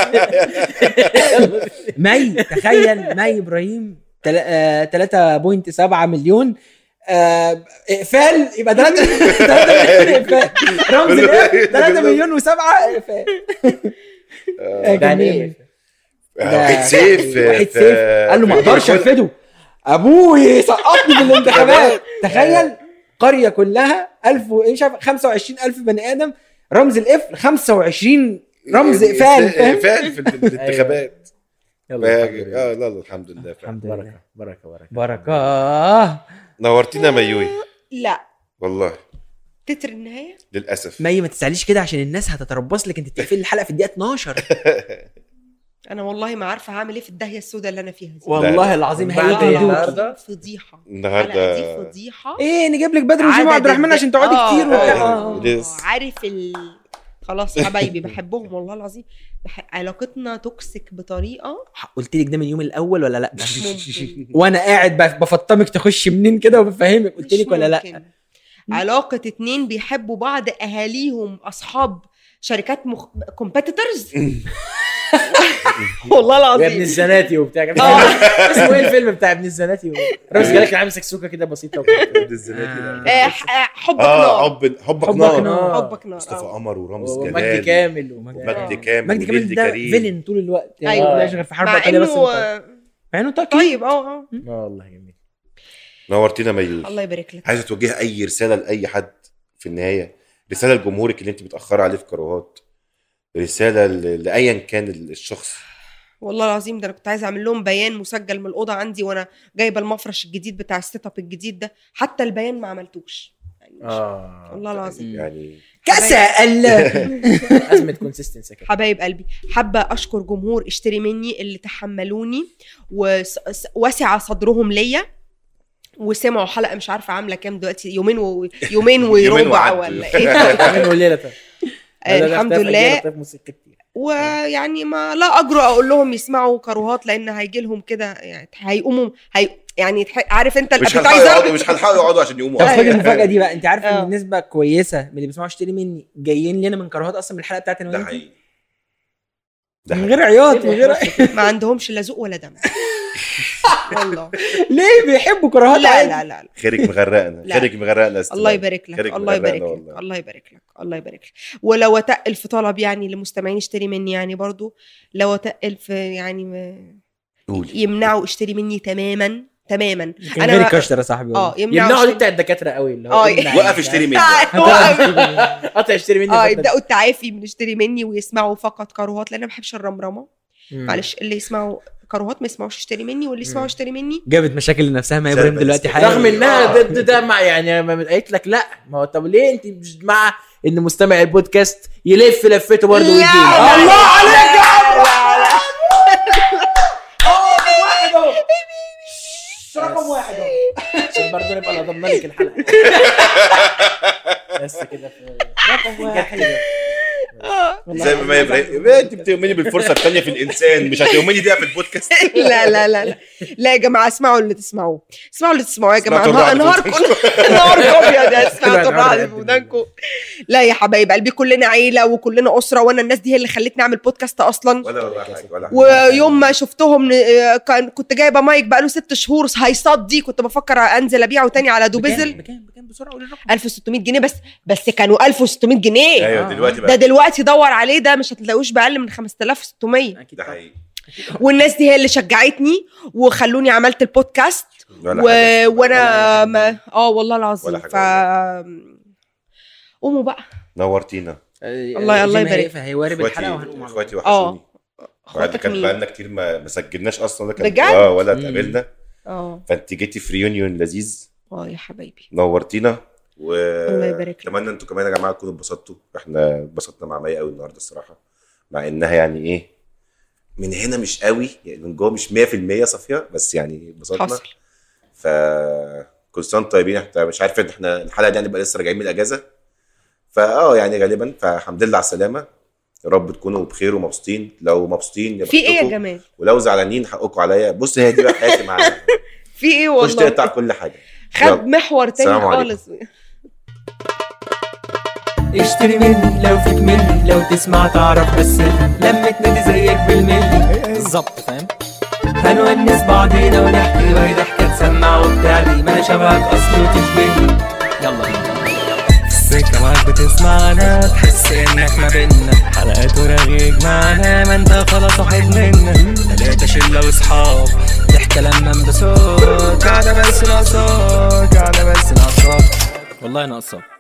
مي تخيل مي ابراهيم 3.7 مليون اقفال يبقى 3 مليون اقفال رمز الاف 3 مليون و7 اقفال يعني وحيد سيف قال له ما اقدرش ارفضه ابوي سقطني في الانتخابات تخيل قريه كلها 1000 مش عارف 25000 بني ادم رمز الاف 25 رمز اقفال في الانتخابات لا الحمد لله بركه نورتينا ميوي لا والله تتر النهايه للاسف مي ما تساليش كده عشان الناس هتتربص لك انت تقفل الحلقه في الدقيقه 12 انا والله ما عارفه هعمل ايه في الداهيه السوداء اللي انا فيها دي والله العظيم هيجي النهارده فضيحه النهارده دي فضيحه ايه نجيب لك بدر وجيم عبد الرحمن عشان تقعدي كتير عارف خلاص حبايبي بحبهم والله العظيم علاقتنا توكسيك بطريقه قلت لك ده من اليوم الاول ولا لا وانا قاعد بفطمك تخش منين كده وبفهمك قلت لك ولا لا علاقه 2 بيحبوا بعض اهاليهم اصحاب شركات كومبيتيتورز والله العظيم يا ابن الزناتي وبتاع اسمه ايه الفيلم بتاع ابن الزناتي رامز جالك عامل سكسوكه كده بسيطه ابن الزناتي حبك نار حبك نار مصطفى قمر ورامز جلال ومجدي كامل مجدي كامل ده فيلن طول الوقت يعني لا غير في حرب ايطاليا بس مع انه طيب والله جميل نورتينا ميوي الله يبارك لك عايزه توجهي اي رساله لاي حد في النهايه رساله لجمهورك اللي انت متاخره عليه في كروهات رساله لايا كان الشخص والله العظيم ده انا كنت عايزه اعمل لهم بيان مسجل من الاوضه عندي وانا جايبه المفرش الجديد بتاع السيت اب الجديد ده حتى البيان ما عملتوش يعني والله العظيم يعني كسا ازمه كونسيستنسي كده. حبايب قلبي، حابه اشكر جمهور اشتري مني اللي تحملوني ووسع صدرهم ليا وسمعوا حلقه مش عارفه عامله كام دلوقتي، يومين وربع ولا ايه. يومين وليله. الحمد لله. ويعني ما لا اجرؤ اقول لهم يسمعوا كروهات لان هيجي لهم كده يعني هيقوموا يعني عارف انت مش هنحاول يقعدوا عشان يقوموا. طب خد المفاجاه دي بقى، انت عارف ان النسبه كويسه من اللي بيسمعوا اشتري مني جايين لنا من كروهات اصلا من الحلقه بتاعتنا. ده حقيقي، من غير عياط، من غير ما عندهمش لا ذوق ولا دم والله. ليه بيحبوا كروهات؟ لا خيرك مغرقنا. الله يبارك لك، الله يبارك لك، الله يبارك لك، الله يبارك لك. ولو اتقل في طلب يعني لمستمعين اشتري مني، يعني برضو لو اتقل في يعني يمنعوا اشتري مني تماما. انا غير كشتر يا صاحبي. يمنعوا دي بتاع الدكاتره قوي اللي هو وقف اشتري مني، قطع اشتري مني. يبداوا التعافي من اشتري مني ويسمعوا فقط كروهات، لان انا ما بحبش الرمرمه. معلش اللي يسمعوا كروهات ما يسمعوش اشتري مني، واللي يسمعوا اشتري مني جابت مشاكل لنفسها ما ابراهيم دلوقتي حاجه، رغم انها ده مع يعني ما قالت لك لا. ما هو طب ليه انت مش مع ان مستمع البودكاست يلف لفته برضه ويجي؟ الله عليك يا عم. رقم واحد عشان برضه نبقى نضمن لك الحلقه بس كده. رقم واحد زي ما ابراهيم انت بتؤمني بالفرصه الثانيه في الانسان، مش هتؤمني دي في البودكاست. لا يا جماعه، اسمعوا اللي تسمعوه يا جماعه. نهاركم ابيض يا سمعتوا الرعد في ودانكم. لا يا حبايب قلبي، كلنا عيله وكلنا اسره، وانا الناس دي هي اللي خلتني اعمل بودكاست اصلا. ولا ويوم ما شفتهم كنت جايبه مايك بقاله 6 شهور هيصدي، كنت بفكر انزل ابيعه تاني على دوبيزل. بكام بسرعه قولي الرقم. 1600 جنيه بس كانوا 1600 جنيه. ايوه دلوقتي دور عليه، ده مش هتلاقوش بأقل من 5600. ده حقيقي. والناس دي هي اللي شجعتني وخلوني عملت البودكاست وانا والله العظيم. قوموا بقى، نورتينا. الله يبارك. هي وارب الحلقه وهنقوم. اخواتي وحشوني. بعد كان بقالنا كتير ما سجلناش اصلا، بجد ولا اتقابلنا. فانت جيتي في ريونيون لذيذ. يا حبايبي نورتينا. الله يبارك لك. اتمنى انتوا كمان يا جماعه تكونوا اتبسطتوا. احنا اتبسطنا مع مي قوي النهارده الصراحه، مع انها يعني ايه من هنا مش قوي يعني، من جوه مش 100% صافيه، بس يعني اتبسطنا. كل سنه طيبين. احنا مش عارف احنا الحلقه دي هنبقى لسه راجعين من الاجازه، يعني غالبا. فالحمد لله على السلامه، يا رب تكونوا بخير ومبسوطين. لو مبسوطين يا في ايه يا جماعه، ولو زعلانين حقكم عليا. بص هي دي بقى حياتي معاها. في ايه والله، مش تقطع كل حاجه. خد محور تاني خالص. اشتري مني لو فيك مني، لو تسمع تعرف بس لما تنادي زيك بالملي بالظبط فاهم. هنونس بعضينا ونحكي وهي ضحكة تسمع وبتعلي، ما انا شبهك اصلي وتشبهني. يلا بينا السكة معاك بتسمعنا، تحس انك ما بينا حلقات ورغيك معنا، ما انت خلاص واحد منا. 3 شلة واصحاب ضحكة لما انبسط، قاعدة بس ناقصاك والله ناقصاك.